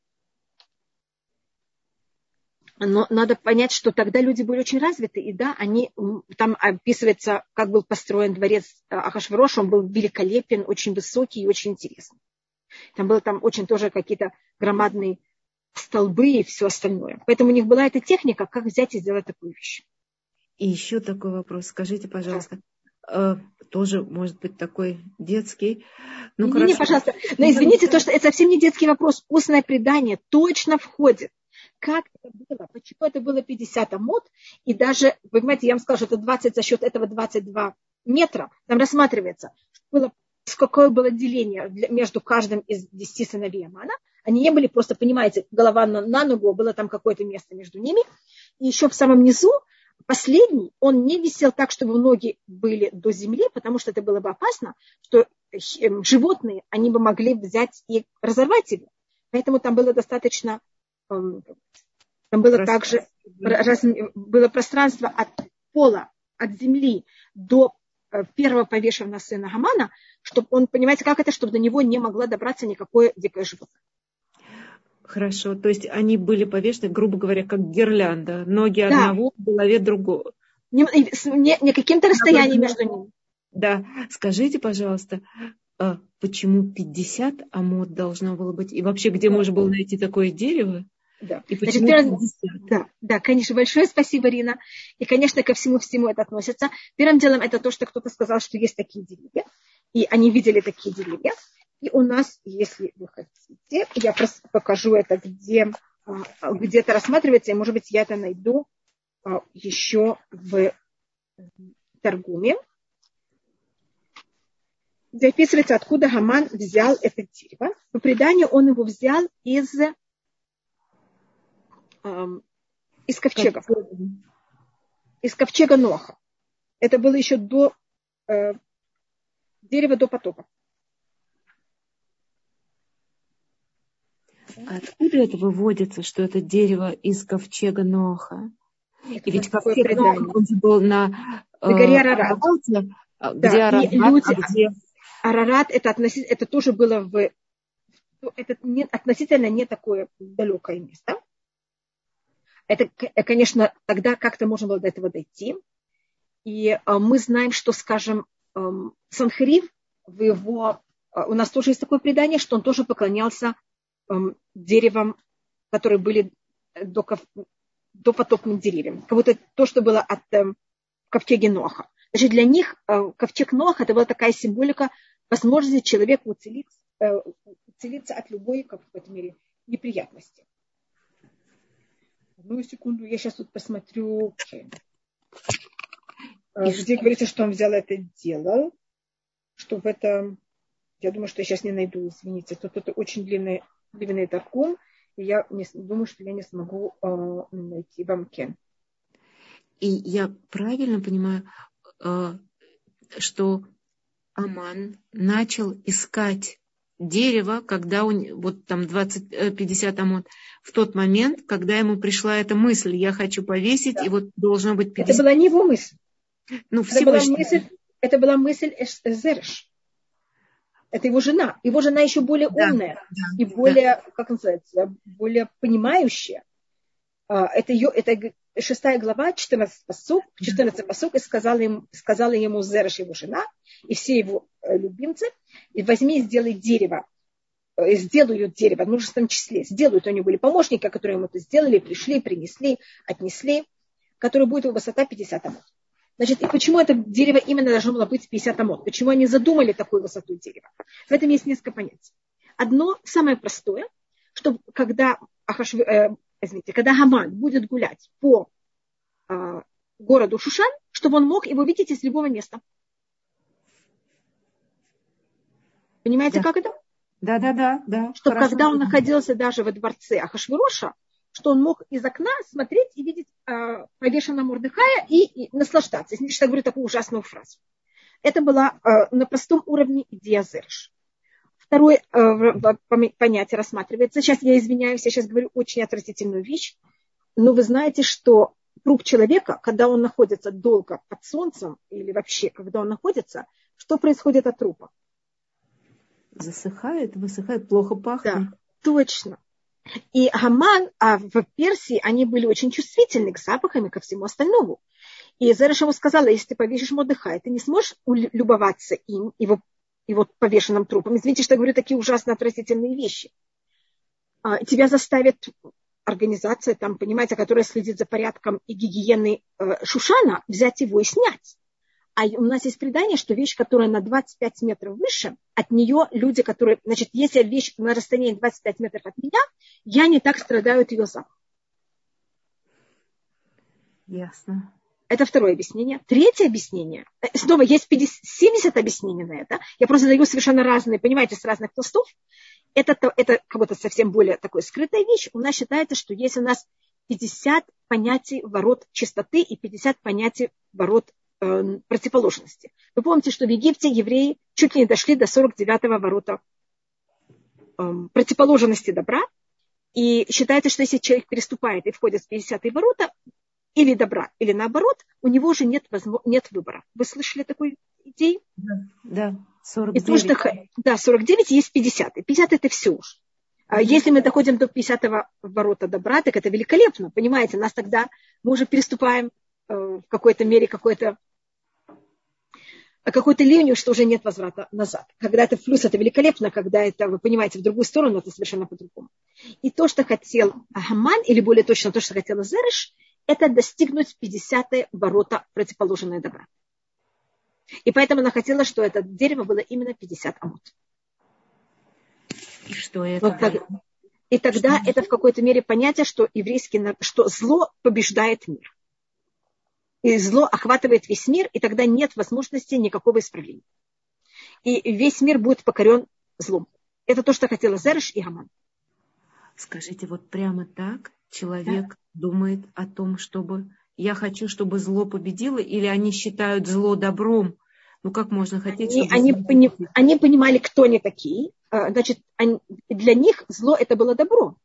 Но надо понять, что тогда люди были очень развиты, и да, там описывается, как был построен дворец Ахашвероша, он был великолепен, очень высокий и очень интересный. Там было очень тоже какие-то громадные столбы и все остальное. Поэтому у них была эта техника, как взять и сделать такую вещь. И еще такой вопрос, скажите, пожалуйста, тоже может быть такой детский. Не, пожалуйста, но извините, то, что это совсем не детский вопрос, устное предание точно входит. Как это было? Почему это было 50 амот? И даже, вы понимаете, я вам скажу, что это 20 за счет этого 22 метра. Там рассматривается, какое было деление между каждым из 10 сыновей Амана. Они не были просто, понимаете, голова на ногу, было там какое-то место между ними. И еще в самом низу, последний, он не висел так, чтобы ноги были до земли, потому что это было бы опасно, что животные, они бы могли взять и разорвать его. Поэтому там было достаточно... Там было также было пространство от пола, от земли до первого повешенного сына Хамана, чтобы он, понимаете, как это, чтобы до него не могло добраться никакое дикое животное. Хорошо, то есть они были повешены, грубо говоря, как гирлянда, ноги одного в голове другого. Не каким-то расстоянием между ними. Да, скажите, пожалуйста, почему 50 амот должно было быть? И вообще, где можно было найти такое дерево? Да. И почему 50? Да, конечно, большое спасибо, Рина. И, конечно, ко всему это относится. Первым делом это то, что кто-то сказал, что есть такие деревья. И они видели такие деревья. И у нас, если вы хотите, я просто покажу это, где-то рассматривается, и, может быть, я это найду еще в Таргуме. Где описывается, откуда Хаман взял это дерево. По преданию он его взял из ковчега. Из ковчега Ноха. Это было еще до дерева до потопа. Откуда это выводится, что это дерево из ковчега Ноха? И ведь ковчег Ноха, он же был на горе Арарат. Где Арарат, Арарат это тоже было это относительно не такое далекое место. Это, конечно, тогда как-то можно было до этого дойти. И мы знаем, что, скажем, Санхерив, у нас тоже есть такое предание, что он тоже поклонялся деревам, которые были до потопным деревьям. Как будто то, что было от ковчега Ноха. Значит, для них ковчег Ноха это была такая символика возможности человека уцелиться от любой, как в этом мире, неприятности. Одну секунду, я сейчас тут посмотрю, где говорится, что он взял это дело, чтобы это, я думаю, что я сейчас не найду, извините, тут это очень длинный таргум, и я думаю, что я не смогу найти вам кен. И я правильно понимаю, что Аман начал искать дерево, когда вот там 50 амот, в тот момент, когда ему пришла эта мысль, я хочу повесить, и вот должно быть 50. Это была не его мысль. Ну, это была мысль Зереш. Это его жена. Его жена еще более умная и более, как называется, более понимающая. Это 6 глава, 14 пасук, и сказала ему Зереш, его жена, и все его любимцы, и возьми и сделают дерево, в множественном числе. Сделают, у него были помощники, которые ему это сделали, пришли, принесли, отнесли, который будет его высота 50 амот. Значит, и почему это дерево именно должно было быть 50 амот? Почему они задумали такую высоту дерева? В этом есть несколько понятий. Одно, самое простое, что когда Гаман будет гулять по городу Шушан, чтобы он мог его видеть из любого места. Понимаете, как это? Да. Чтобы когда он находился даже во дворце Ахашвироша, что он мог из окна смотреть и видеть повешенного Мордехая и наслаждаться. Если я говорю такую ужасную фразу. Это была на простом уровне идея Зереш. Второе понятие рассматривается. Сейчас я извиняюсь, я сейчас говорю очень отвратительную вещь. Но вы знаете, что труп человека, когда он находится долго под солнцем, или вообще, когда он находится, что происходит от трупа? Засыхает, высыхает, плохо пахнет. Да, точно. И Гаман, в Персии они были очень чувствительны к запахам и ко всему остальному. И Зереш ему сказала, если ты повесишь Мордехая, ты не сможешь любоваться им, его повешенным трупом. Извините, что я говорю такие ужасно отвратительные вещи. Тебя заставит организация, там, понимаете, которая следит за порядком и гигиеной Шушана, взять его и снять. А у нас есть предание, что вещь, которая на 25 метров выше, от нее люди, которые... Значит, если вещь на расстоянии 25 метров от меня, я не так страдаю от ее запаха. Ясно. Это второе объяснение. Третье объяснение. Снова есть 70 объяснений на это. Я просто даю совершенно разные, понимаете, с разных пластов. Это как будто совсем более такая скрытая вещь. У нас считается, что есть у нас 50 понятий ворот чистоты и 50 понятий ворот противоположности. Вы помните, что в Египте евреи чуть ли не дошли до 49-го ворота противоположности добра. И считается, что если человек переступает и входит в 50-е ворота, или добра, или наоборот, у него уже нет выбора. Вы слышали такой идеи? Да, 49. И то, что, 49, есть 50. 50 это все уж. Если мы доходим до 50-го ворота добра, так это великолепно. Понимаете, нас тогда мы уже переступаем в какой-то мере какую-то линию, что уже нет возврата назад. Когда это плюс, это великолепно, когда это, вы понимаете, в другую сторону, это совершенно по-другому. И то, что хотел Гаман, или более точно то, что хотела Зереш, это достигнуть 50-е ворота противоположного добра. И поэтому она хотела, что это дерево было именно 50 амот. И что это? И тогда это в какой-то мере понятие, что что зло побеждает мир. И зло охватывает весь мир, и тогда нет возможности никакого исправления. И весь мир будет покорен злом. Это то, что хотела Зереш и Гаман. Скажите, вот прямо так человек думает о том, чтобы я хочу, чтобы зло победило, или они считают зло добром? Ну, как можно хотеть, чтобы... Они понимали, кто они такие. Значит, для них зло это было добро.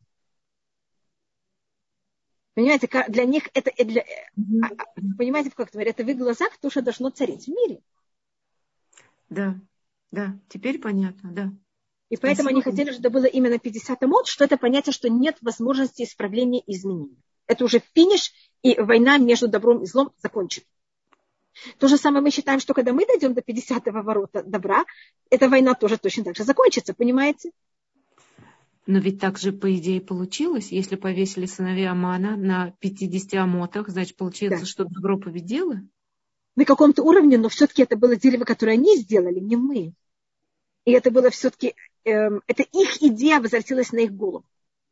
Понимаете, для них это... Понимаете, как это? Это в их глазах то, что должно царить в мире. Да, теперь понятно, да. И поэтому они хотели, чтобы было именно 50 амот, что это понятие, что нет возможности исправления и изменения. Это уже финиш, и война между добром и злом закончена. То же самое мы считаем, что когда мы дойдем до 50-го ворота добра, эта война тоже точно так же закончится, понимаете? Но ведь так же, по идее, получилось. Если повесили сыновей Амана на 50 амотах, значит, получается, что добро победило? На каком-то уровне, но все-таки это было дерево, которое они сделали, не мы. И это было все-таки... это их идея возвратилась на их голову.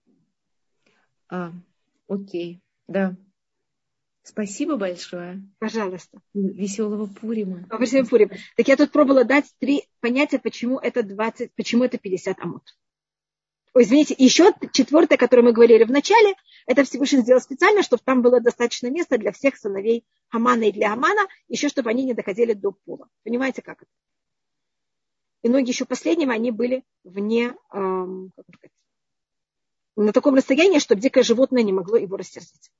Окей, да. Спасибо большое. Пожалуйста. Веселого Пурима. Веселого Пурима. Так я тут пробовала дать 3 понятия, почему это 50 амот. Ой, извините, еще 4, которое мы говорили в начале, это Всевышний сделал специально, чтобы там было достаточно места для всех сыновей Хамана и для Амана, еще чтобы они не доходили до пола. Понимаете, как это? и ноги еще последнего, они были вне, на таком расстоянии, чтобы дикое животное не могло его растерзать.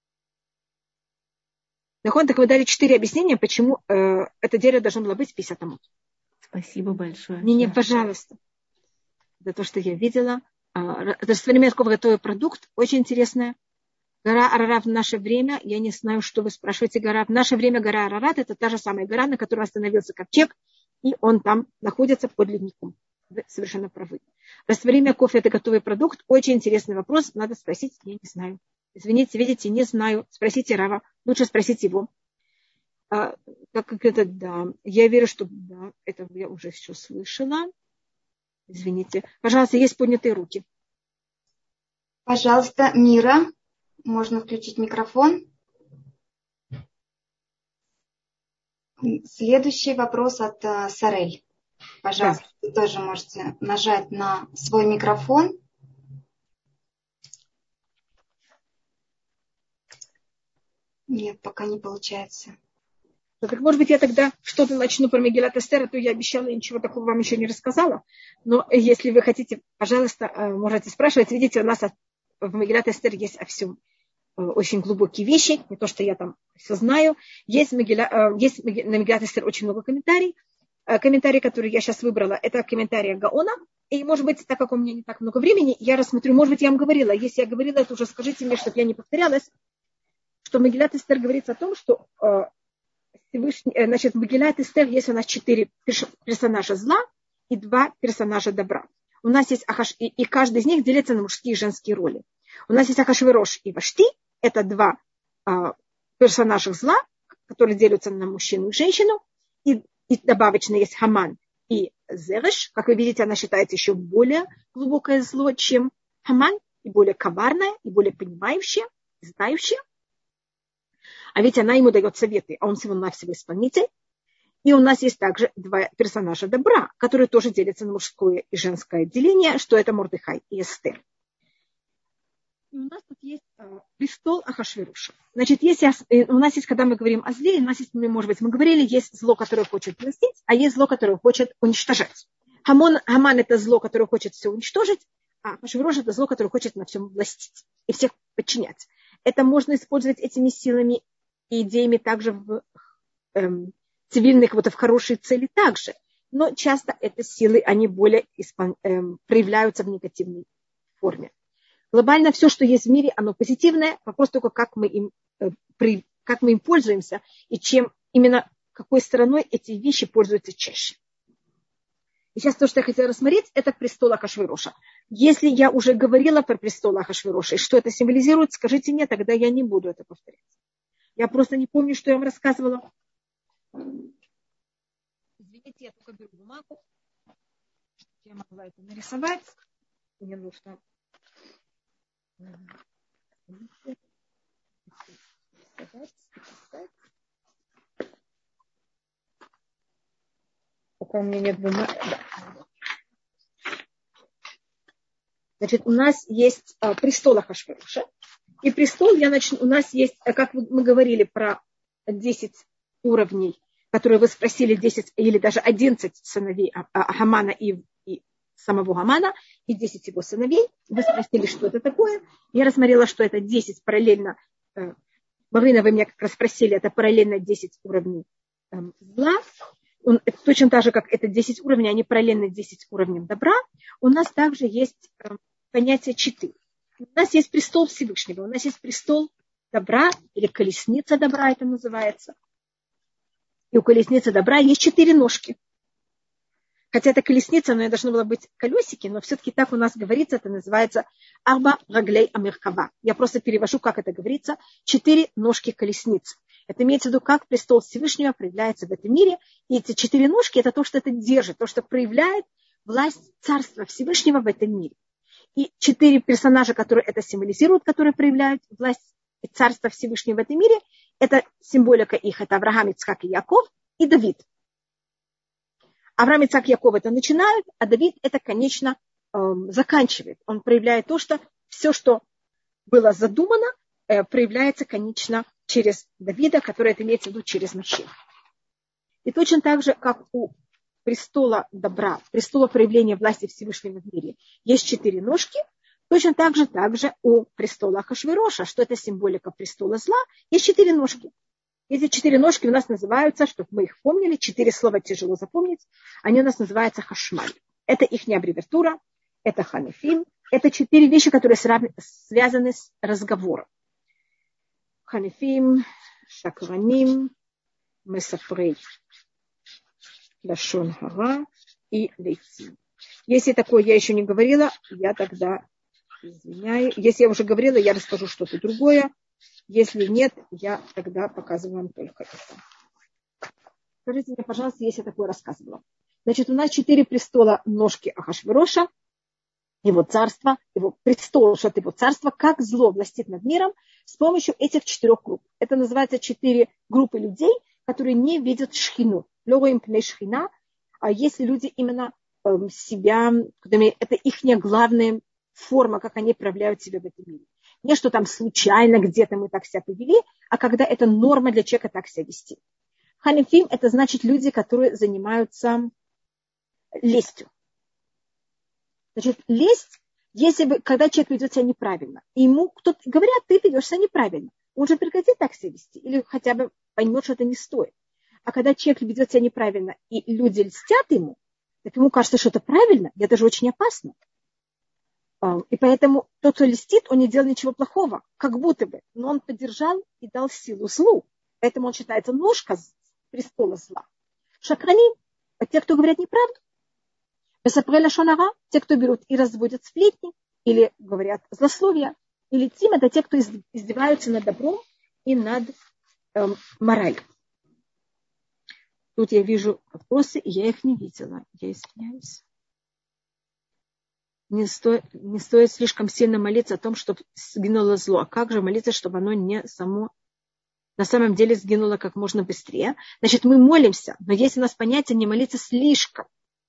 Так мы дали 4 объяснения, почему это дерево должно было быть 50 амот. Спасибо большое. Не, пожалуйста. За то, что я видела. Это современный готовый продукт, очень интересная. Гора Арарат в наше время, я не знаю, что вы спрашиваете, гора. В наше время гора Арарат — это та же самая гора, на которой остановился ковчег, и он там находится под ледником. Вы совершенно правы. Растворимый кофе — это готовый продукт. Очень интересный вопрос. Надо спросить, я не знаю. Извините, видите, не знаю. Спросите Рава. Лучше спросить его. Как это, да. Я верю, что да, это я уже все слышала. Извините. Пожалуйста, есть поднятые руки. Пожалуйста, Мира. Можно включить микрофон. Следующий вопрос от Сарель. Пожалуйста, да. Вы тоже можете нажать на свой микрофон. Нет, пока не получается. Так, может быть, я тогда что-то начну про Мегилат Эстер, а то я обещала, и ничего такого вам еще не рассказала. Но если вы хотите, пожалуйста, можете спрашивать. Видите, у нас в Мегилат Эстер есть о всем очень глубокие вещи, не то, что я там все знаю. Есть на Мегилат Эстер очень много комментариев. Комментарий, который я сейчас выбрала, это комментарий Гаона. И, может быть, так как у меня не так много времени, я рассмотрю, может быть, я вам говорила. Если я говорила, это уже скажите мне, чтобы я не повторялась, что в Мегилат Эстер говорится о том, что значит, в Мегилат Эстер есть у нас 4 персонажа зла и 2 персонажа добра. У нас есть и каждый из них делится на мужские и женские роли. У нас есть Ахашверош и Вашти, это 2 персонажа зла, которые делятся на мужчину и женщину, и добавочно есть Хаман и Зереш. Как вы видите, она считается еще более глубокое зло, чем Хаман, и более коварное, и более понимающее, знающее. А ведь она ему дает советы, а он всего-навсего исполнитель. И у нас есть также 2 персонажа добра, которые тоже делятся на мужское и женское отделение, что это Мордехай и Эстер. И у нас тут есть престол Ахашверуша. Значит, у нас есть, когда мы говорим о зле, у нас есть, может быть, мы говорили, есть зло, которое хочет мстить, а есть зло, которое хочет уничтожать. Хаман – это зло, которое хочет все уничтожить, а Ахашверуш – это зло, которое хочет на всем властить и всех подчинять. Это можно использовать этими силами и идеями также в цивильных, в хорошей цели также. Но часто эти силы, они более проявляются в негативной форме. Глобально все, что есть в мире, оно позитивное, вопрос только, как мы им пользуемся и именно какой стороной эти вещи пользуются чаще. И сейчас то, что я хотела рассмотреть, это престол Ахашвероша. Если я уже говорила про престол Ахашвероша и что это символизирует, скажите мне, тогда я не буду это повторять. Я просто не помню, что я вам рассказывала. Извините, я только беру бумагу. Я могла это нарисовать. Мне нужно... Пока у меня нет бумаги. Значит, у нас есть престол Ахашвероша. И престол, у нас есть, как мы говорили про 10 уровней, которые вы спросили, 10 или даже 11 сыновей Хамана и самого Хамана, и 10 его сыновей. Вы спросили, что это такое. Я рассмотрела, что это 10 параллельно. Марина, вы меня как раз спросили, это параллельно 10 уровней зла. Точно так же, как это 10 уровней, они параллельно 10 уровней добра. У нас также есть понятие читы. У нас есть престол Всевышнего, у нас есть престол добра, или колесница добра это называется. И у колесницы добра есть 4 ножки. Хотя это колесница, но это должно было быть колесики, но все-таки так у нас говорится, это называется Арба Раглей Амиркава. Я просто перевожу, как это говорится, 4 ножки колесниц. Это имеется в виду, как престол Всевышнего проявляется в этом мире. И эти 4 ножки – это то, что это держит, то, что проявляет власть Царства Всевышнего в этом мире. И 4 персонажа, которые это символизируют, которые проявляют власть и Царства Всевышнего в этом мире, это символика их, это Авраам, Ицхак и Яков и Давид. Авраам, Ицхак и Яков это начинают, а Давид это, конечно, заканчивает. Он проявляет то, что все, что было задумано, проявляется, конечно, через Давида, который это имеется в виду через Машиах. И точно так же, как у престола добра, престола проявления власти Всевышнего в мире, есть 4 ножки, точно так же у престола Ахашвироша, что это символика престола зла, есть 4 ножки. Эти 4 ножки у нас называются, чтобы мы их помнили, 4 слова тяжело запомнить, они у нас называются хашмаль. Это их аббревиатура, это ханефим, это 4 вещи, которые связаны с разговором. Ханефим, шакраним, месафрей, лашон хара и лейцим. Если такое я еще не говорила, я тогда извиняюсь. Если я уже говорила, я расскажу что-то другое. Если нет, я тогда показываю вам только это. Скажите мне, пожалуйста, если я такое рассказывала. Значит, у нас 4 престола ножки Ахашвироша, его царство, его престол, что это его царство, как зло властит над миром с помощью этих 4 групп. Это называется 4 группы людей, которые не видят шхину. Логаим пней шхина, а если люди именно себя, это их главная форма, как они проявляют себя в этом мире. Не что там случайно где-то мы так себя повели, а когда это норма для человека так себя вести. Ханефим – это значит люди, которые занимаются лестью. Значит, лесть, когда человек ведет себя неправильно, и ему кто-то говорят, ты ведешь себя неправильно, он же прекратит так себя вести, или хотя бы поймет, что это не стоит. А когда человек ведет себя неправильно, и люди льстят ему, так ему кажется, что это правильно, и это же очень опасно. И поэтому тот, кто льстит, он не делал ничего плохого, как будто бы, но он поддержал и дал силу злу. Поэтому он считается ножка престола зла. Шакрани – те, кто говорят неправду. Бесапреля шонара – те, кто берут и разводят сплетни, или говорят злословия. Или тим – это те, кто издеваются над добром и над моралью. Тут я вижу вопросы, и я их не видела. Я извиняюсь. Не стоит слишком сильно молиться о том, чтобы сгинуло зло. А как же молиться, чтобы оно не само на самом деле сгинуло как можно быстрее? Значит, мы молимся, но есть у нас понятие не молиться слишком.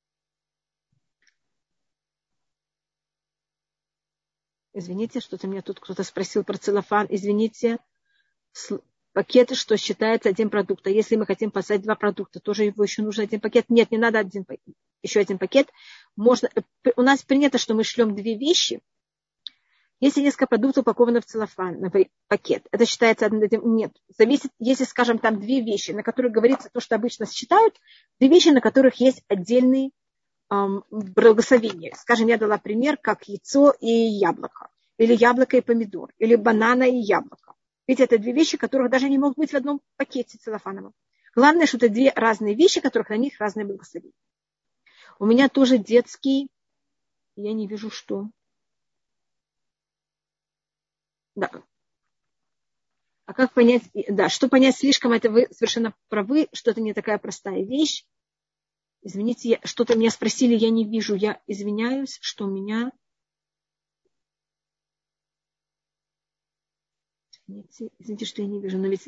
Извините, что-то меня тут кто-то спросил про целлофан. Извините, пакеты, что считается один продукт. А если мы хотим послать 2 продукта, тоже его еще нужно 1 пакет? Нет, не надо еще 1 пакет. Можно, у нас принято, что мы шлем 2 вещи. Если несколько продуктов упаковано в целлофан, пакет, это считается одним. Нет, зависит, если, скажем, там 2 вещи, на которых говорится то, что обычно считают, 2 вещи, на которых есть отдельные благословения. Скажем, я дала пример, как яйцо и яблоко, или яблоко и помидор, или банана и яблоко. Ведь это 2 вещи, которых даже не могут быть в одном пакете целлофановом. Главное, что это 2 разные вещи, которых на них разные благословения. У меня тоже детский, я не вижу, что. Да. А как понять, да, что понять слишком, это вы совершенно правы, что это не такая простая вещь. Извините, что-то меня спросили, я не вижу, я извиняюсь, что у меня... Извините, что я не вижу, но ведь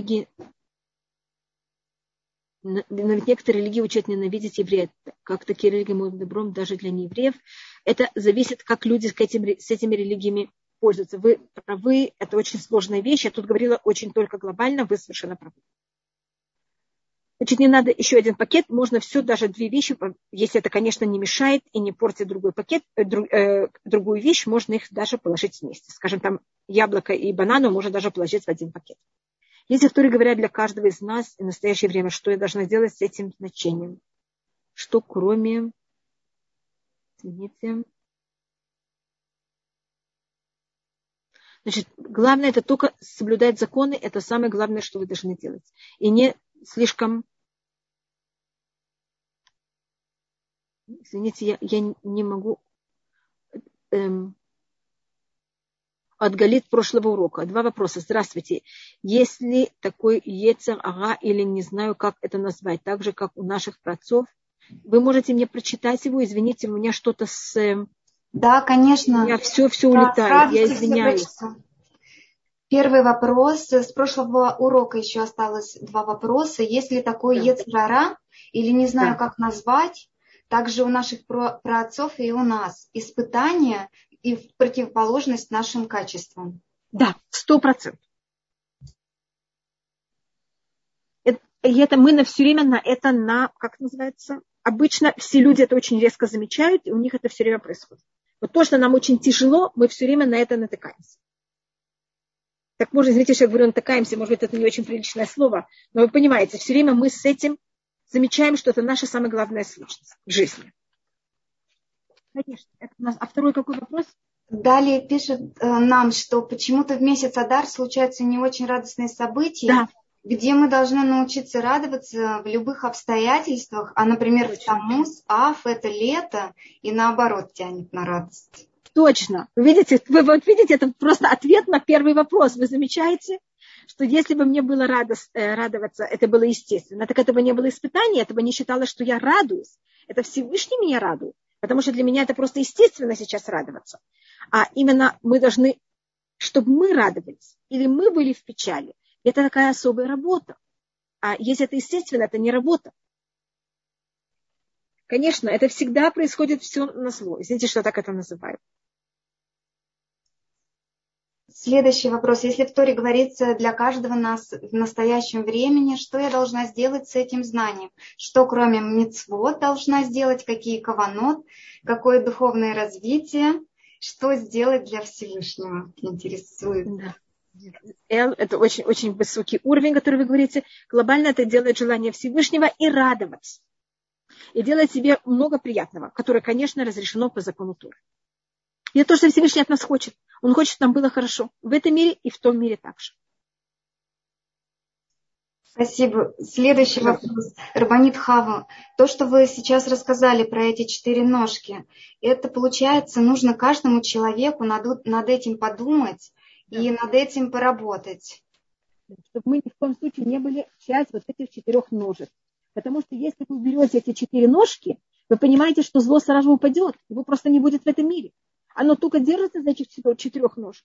некоторые религии учат ненавидеть евреев. Как такие религии могут быть добром даже для неевреев? Это зависит, как люди с этими религиями пользуются. Вы правы, это очень сложная вещь. Я тут говорила очень только глобально, вы совершенно правы. Значит, не надо еще 1 пакет, можно все, даже 2 вещи, если это, конечно, не мешает и не портит другой пакет, другую вещь, можно их даже положить вместе. Скажем, там яблоко и банану можно даже положить в 1 пакет. Есть авторы говорят для каждого из нас в настоящее время, что я должна делать с этим значением. Что кроме... Извините. Значит, главное это только соблюдать законы, это самое главное, что вы должны делать. И не слишком... Извините, я не могу... Отгалит прошлого урока. 2 вопроса. Здравствуйте. Если такой йецер ара, или не знаю, как это назвать, так же, как у наших праотцов, вы можете мне прочитать его? Извините, у меня что-то с... Да, конечно. У меня все улетает. Я извиняюсь. Первый вопрос. С прошлого урока еще осталось 2 вопроса. Есть ли такой йецер ара, или не знаю, как назвать, также у наших праотцов и у нас, испытания и в противоположность нашим качествам? Да, 100%. И это мы все время как называется, обычно все люди это очень резко замечают, и у них это все время происходит. Вот то, что нам очень тяжело, мы все время на это натыкаемся. Так можно, извините, что я говорю, натыкаемся, может быть, это не очень приличное слово, но вы понимаете, все время мы с этим замечаем, что это наша самая главная сущность в жизни. Конечно. Это у нас... А второй какой вопрос? Далее пишет нам, что почему-то в месяц Адар случаются не очень радостные события, да, где мы должны научиться радоваться в любых обстоятельствах, а, например, в Таммуз, Ав, это лето, и наоборот тянет на радость. Точно. Вы видите, это просто ответ на первый вопрос. Вы замечаете, что если бы мне было радоваться, это было естественно, так этого не было испытания, этого не считалось, что я радуюсь. Это Всевышний меня радует, потому что для меня это просто естественно сейчас радоваться. А именно мы должны, чтобы мы радовались, или мы были в печали. Это такая особая работа. А если это естественно, это не работа. Конечно, это всегда происходит все на зло. Извините, что я так это называю. Следующий вопрос. Если в Торе говорится для каждого нас в настоящем времени, что я должна сделать с этим знанием? Что кроме мицвот должна сделать? Какие каванот? Какое духовное развитие? Что сделать для Всевышнего? Интересует. Да. Это очень, очень высокий уровень, который вы говорите. Глобально это делает желание Всевышнего и радоваться. И делать себе много приятного, которое, конечно, разрешено по закону Торы. И это то, что Всевышний от нас хочет. Он хочет, чтобы нам было хорошо в этом мире и в том мире также. Спасибо. Следующий вопрос. Рабанит Хава, то, что вы сейчас рассказали про эти 4 ножки, это, получается, нужно каждому человеку над этим подумать, да, и над этим поработать. Чтобы мы ни в коем случае не были часть вот этих 4 ножек. Потому что если вы берете эти 4 ножки, вы понимаете, что зло сразу упадет, его просто не будет в этом мире. Оно только держится за этих 4 ножек.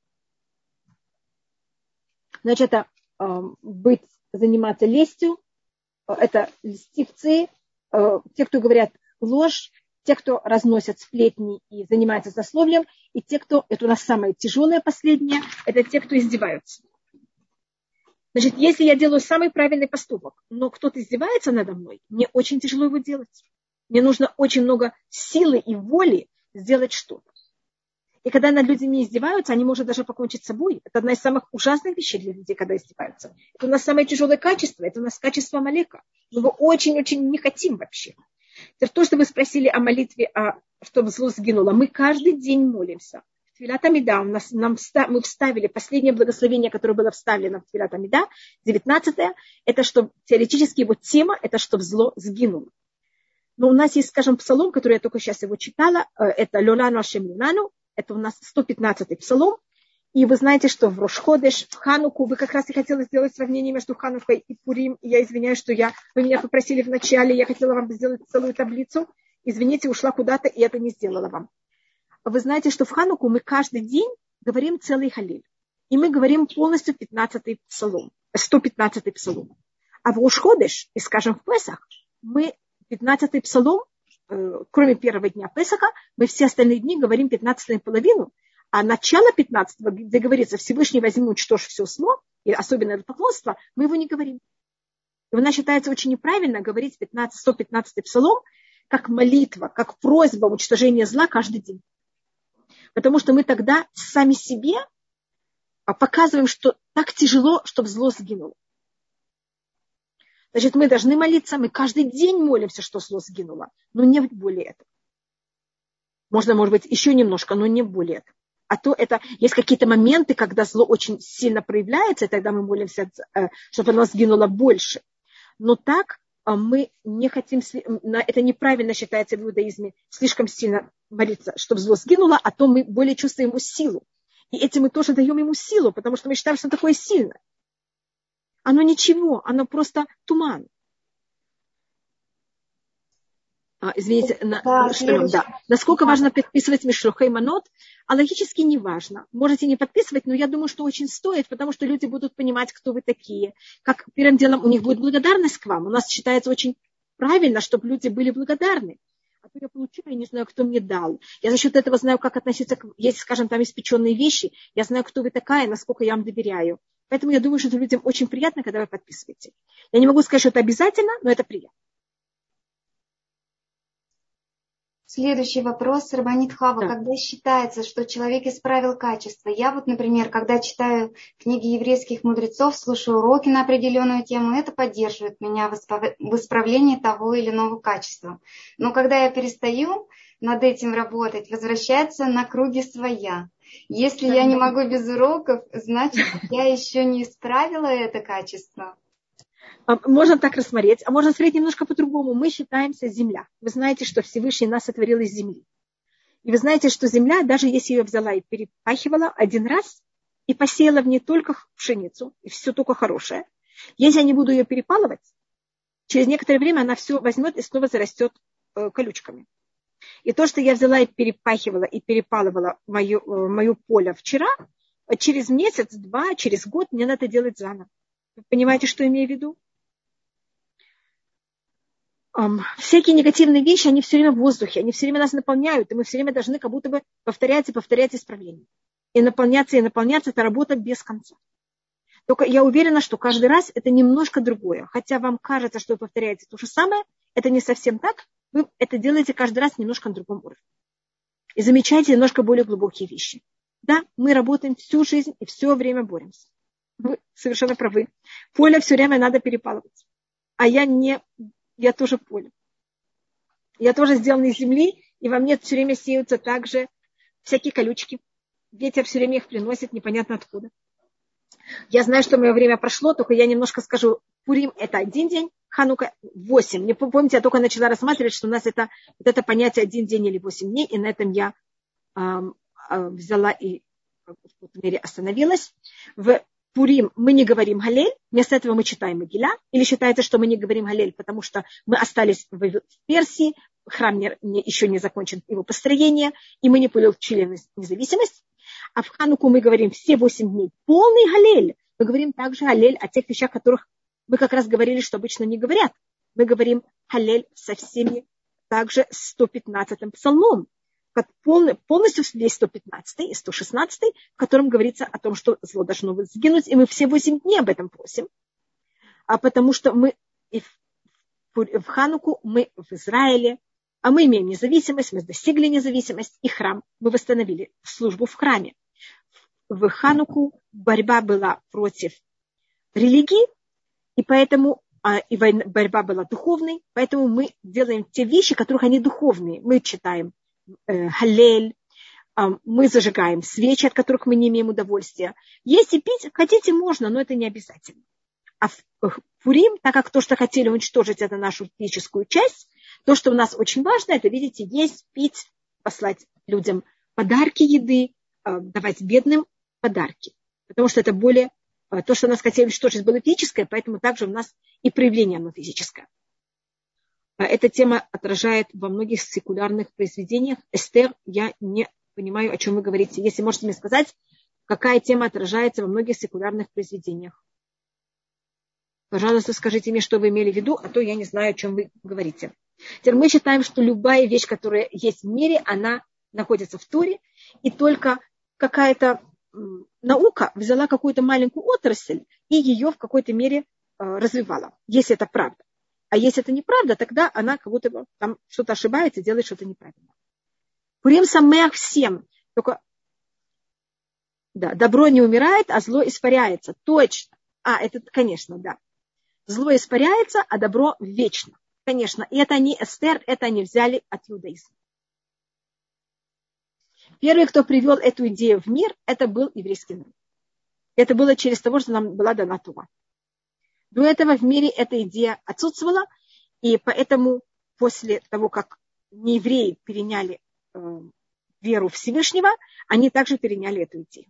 Значит, это заниматься лестью, это льстивцы, те, кто говорят ложь, те, кто разносят сплетни и занимаются злословием, и те, кто, это у нас самое тяжелое последнее, это те, кто издеваются. Значит, если я делаю самый правильный поступок, но кто-то издевается надо мной, мне очень тяжело его делать. Мне нужно очень много силы и воли сделать что-то. И когда над людьми издеваются, они могут даже покончить с собой. Это одна из самых ужасных вещей для людей, когда издеваются. Это у нас самое тяжелое качество, это у нас качество Амалека. Мы его очень-очень не хотим вообще. То, что вы спросили о молитве, чтобы зло сгинуло, мы каждый день молимся. В Тфилат Амида мы вставили последнее благословение, которое было вставлено в Тфилат Амида, 19-е, это что теоретически его тема, это чтобы зло сгинуло. Но у нас есть, скажем, псалом, который я только сейчас его читала, это «Лолану Ашем Лунану», это у нас 115-й псалом. И вы знаете, что в Рош-Ходеш, в Хануку, вы как раз и хотели сделать сравнение между Ханукой и Пурим. И я извиняюсь, что вы меня попросили вначале, я хотела вам сделать целую таблицу. Извините, ушла куда-то, и это не сделала вам. Вы знаете, что в Хануку мы каждый день говорим целый Халиль. И мы говорим полностью 15-й псалом, 115-й псалом. А в Рош-Ходеш, и скажем в Песах, мы 15-й псалом, кроме первого дня Песаха, мы все остальные дни говорим 15-ю половину, а начало 15-го, где говорится, Всевышний возьму, уничтожь все зло, и особенно это поклонство, мы его не говорим. И у нас считается очень неправильно говорить 115-й псалом как молитва, как просьба уничтожения зла каждый день. Потому что мы тогда сами себе показываем, что так тяжело, чтобы зло сгинуло. Значит, мы должны молиться, мы каждый день молимся, что зло сгинуло, но не более этого. Можно, может быть, еще немножко, но не более этого. А то это есть какие-то моменты, когда зло очень сильно проявляется, и тогда мы молимся, чтобы оно сгинуло больше. Но так мы не хотим, это неправильно считается в иудаизме, слишком сильно молиться, чтобы зло сгинуло, а то мы более чувствуем ему силу. И этим мы тоже даем ему силу, потому что мы считаем, что оно такое сильное. Оно ничего, оно просто туман. Извините, насколько важно подписывать Мишлухей Манот, а логически не важно. Можете не подписывать, но я думаю, что очень стоит, потому что люди будут понимать, кто вы такие. Как первым делом у них будет благодарность к вам. У нас считается очень правильно, чтобы люди были благодарны. А то я получаю, я не знаю, кто мне дал. Я за счет этого знаю, как относиться к, если, скажем, там испеченные вещи. Я знаю, кто вы такая, насколько я вам доверяю. Поэтому я думаю, что это людям очень приятно, когда вы подписываете. Я не могу сказать, что это обязательно, но это приятно. Следующий вопрос, Рабанит Хава. Да. Когда считается, что человек исправил качество? Я вот, например, когда читаю книги еврейских мудрецов, слушаю уроки на определенную тему, это поддерживает меня в исправлении того или иного качества. Но когда я перестаю над этим работать, возвращается на круги своя. Если я не могу без уроков, значит, я еще не исправила это качество. Можно так рассмотреть, а можно смотреть немножко по-другому. Мы считаемся земля. Вы знаете, что Всевышний нас сотворил из земли. И вы знаете, что земля, даже если ее взяла и перепахивала один раз, и посеяла в ней только пшеницу, и все только хорошее, если я не буду ее перепалывать, через некоторое время она все возьмет и снова зарастет колючками. И то, что я взяла и перепахивала, и перепалывала мое поле вчера, через месяц, два, через год мне надо делать заново. Вы понимаете, что я имею в виду? Всякие негативные вещи, они все время в воздухе, они все время нас наполняют, и мы все время должны как будто бы повторять и повторять исправление. И наполняться, это работа без конца. Только я уверена, что каждый раз это немножко другое. Хотя вам кажется, что вы повторяете то же самое, это не совсем так. Вы это делаете каждый раз немножко на другом уровне. И замечаете немножко более глубокие вещи. Да, мы работаем всю жизнь и все время боремся. Вы совершенно правы. Поле все время надо перепалывать. А я тоже поле. Я тоже сделана из земли, и во мне все время сеются также всякие колючки. Ветер все время их приносит, непонятно откуда. Я знаю, что мое время прошло, только я немножко скажу. Пурим – это 1 день, Ханука – 8. Не помните, я только начала рассматривать, что у нас это понятие 1 день или 8 дней, и на этом я взяла и в какой-то мере остановилась. В Пурим мы не говорим Галель, вместо этого мы читаем Мегилла, или считается, что мы не говорим Галель, потому что мы остались в Персии, храм еще не закончен его построение, и мы не получили независимость. А в Хануку мы говорим все 8 дней полный Галель. Мы говорим также Галель о тех вещах, которых мы как раз говорили, что обычно не говорят. Мы говорим Галель со всеми также 115-м псалмом, полностью весь 115 и 116, в котором говорится о том, что зло должно сгинуть, и мы все 8 дней об этом просим. Потому что мы в Хануку, мы в Израиле, а мы имеем независимость, мы достигли независимость, и храм мы восстановили службу в храме. В Хануку борьба была против религии, и поэтому и борьба была духовной, поэтому мы делаем те вещи, которых они духовные. Мы читаем Халель, мы зажигаем свечи, от которых мы не имеем удовольствия. Есть и пить, хотите, можно, но это не обязательно. А в Пурим, так как то, что хотели уничтожить, это нашу физическую часть, то, что у нас очень важно, это, видите, есть, пить, послать людям подарки еды, давать бедным подарки. Потому что это более... То, что у нас хотели уничтожить, было физическое, поэтому также у нас и проявление оно физическое. Эта тема отражает во многих секулярных произведениях. Эстер, я не понимаю, о чем вы говорите. Если можете мне сказать, какая тема отражается во многих секулярных произведениях. Пожалуйста, скажите мне, что вы имели в виду, а то я не знаю, о чем вы говорите. Теперь мы считаем, что любая вещь, которая есть в мире, она находится в Торе, и только какая-то наука взяла какую-то маленькую отрасль и ее в какой-то мере развивала, если это правда. А если это неправда, тогда она как будто бы там что-то ошибается, делает что-то неправильно. Пурим самеах всем. Только да, добро не умирает, а зло испаряется. Точно. Это, конечно, да. Зло испаряется, а добро вечно. Конечно. И это не Эстер, это они взяли от иудаизма. Первый, кто привел эту идею в мир, это был еврейский народ. Это было через того, что нам была дана Тора. До этого в мире эта идея отсутствовала, и поэтому после того, как неевреи переняли веру Всевышнего, они также переняли эту идею.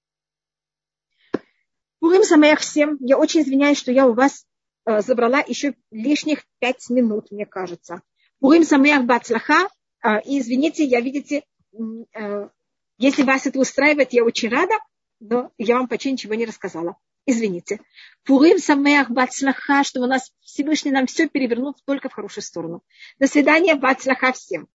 Пурим самеах всем. Я очень извиняюсь, что я у вас забрала еще лишних 5 минут, мне кажется. Пурим самеах бацлаха. И извините, видите, если вас это устраивает, я очень рада, но я вам почти ничего не рассказала. Извините. Пурим самеах бацлаха, что у нас Всевышний нам все перевернул только в хорошую сторону. До свидания, бацлаха всем.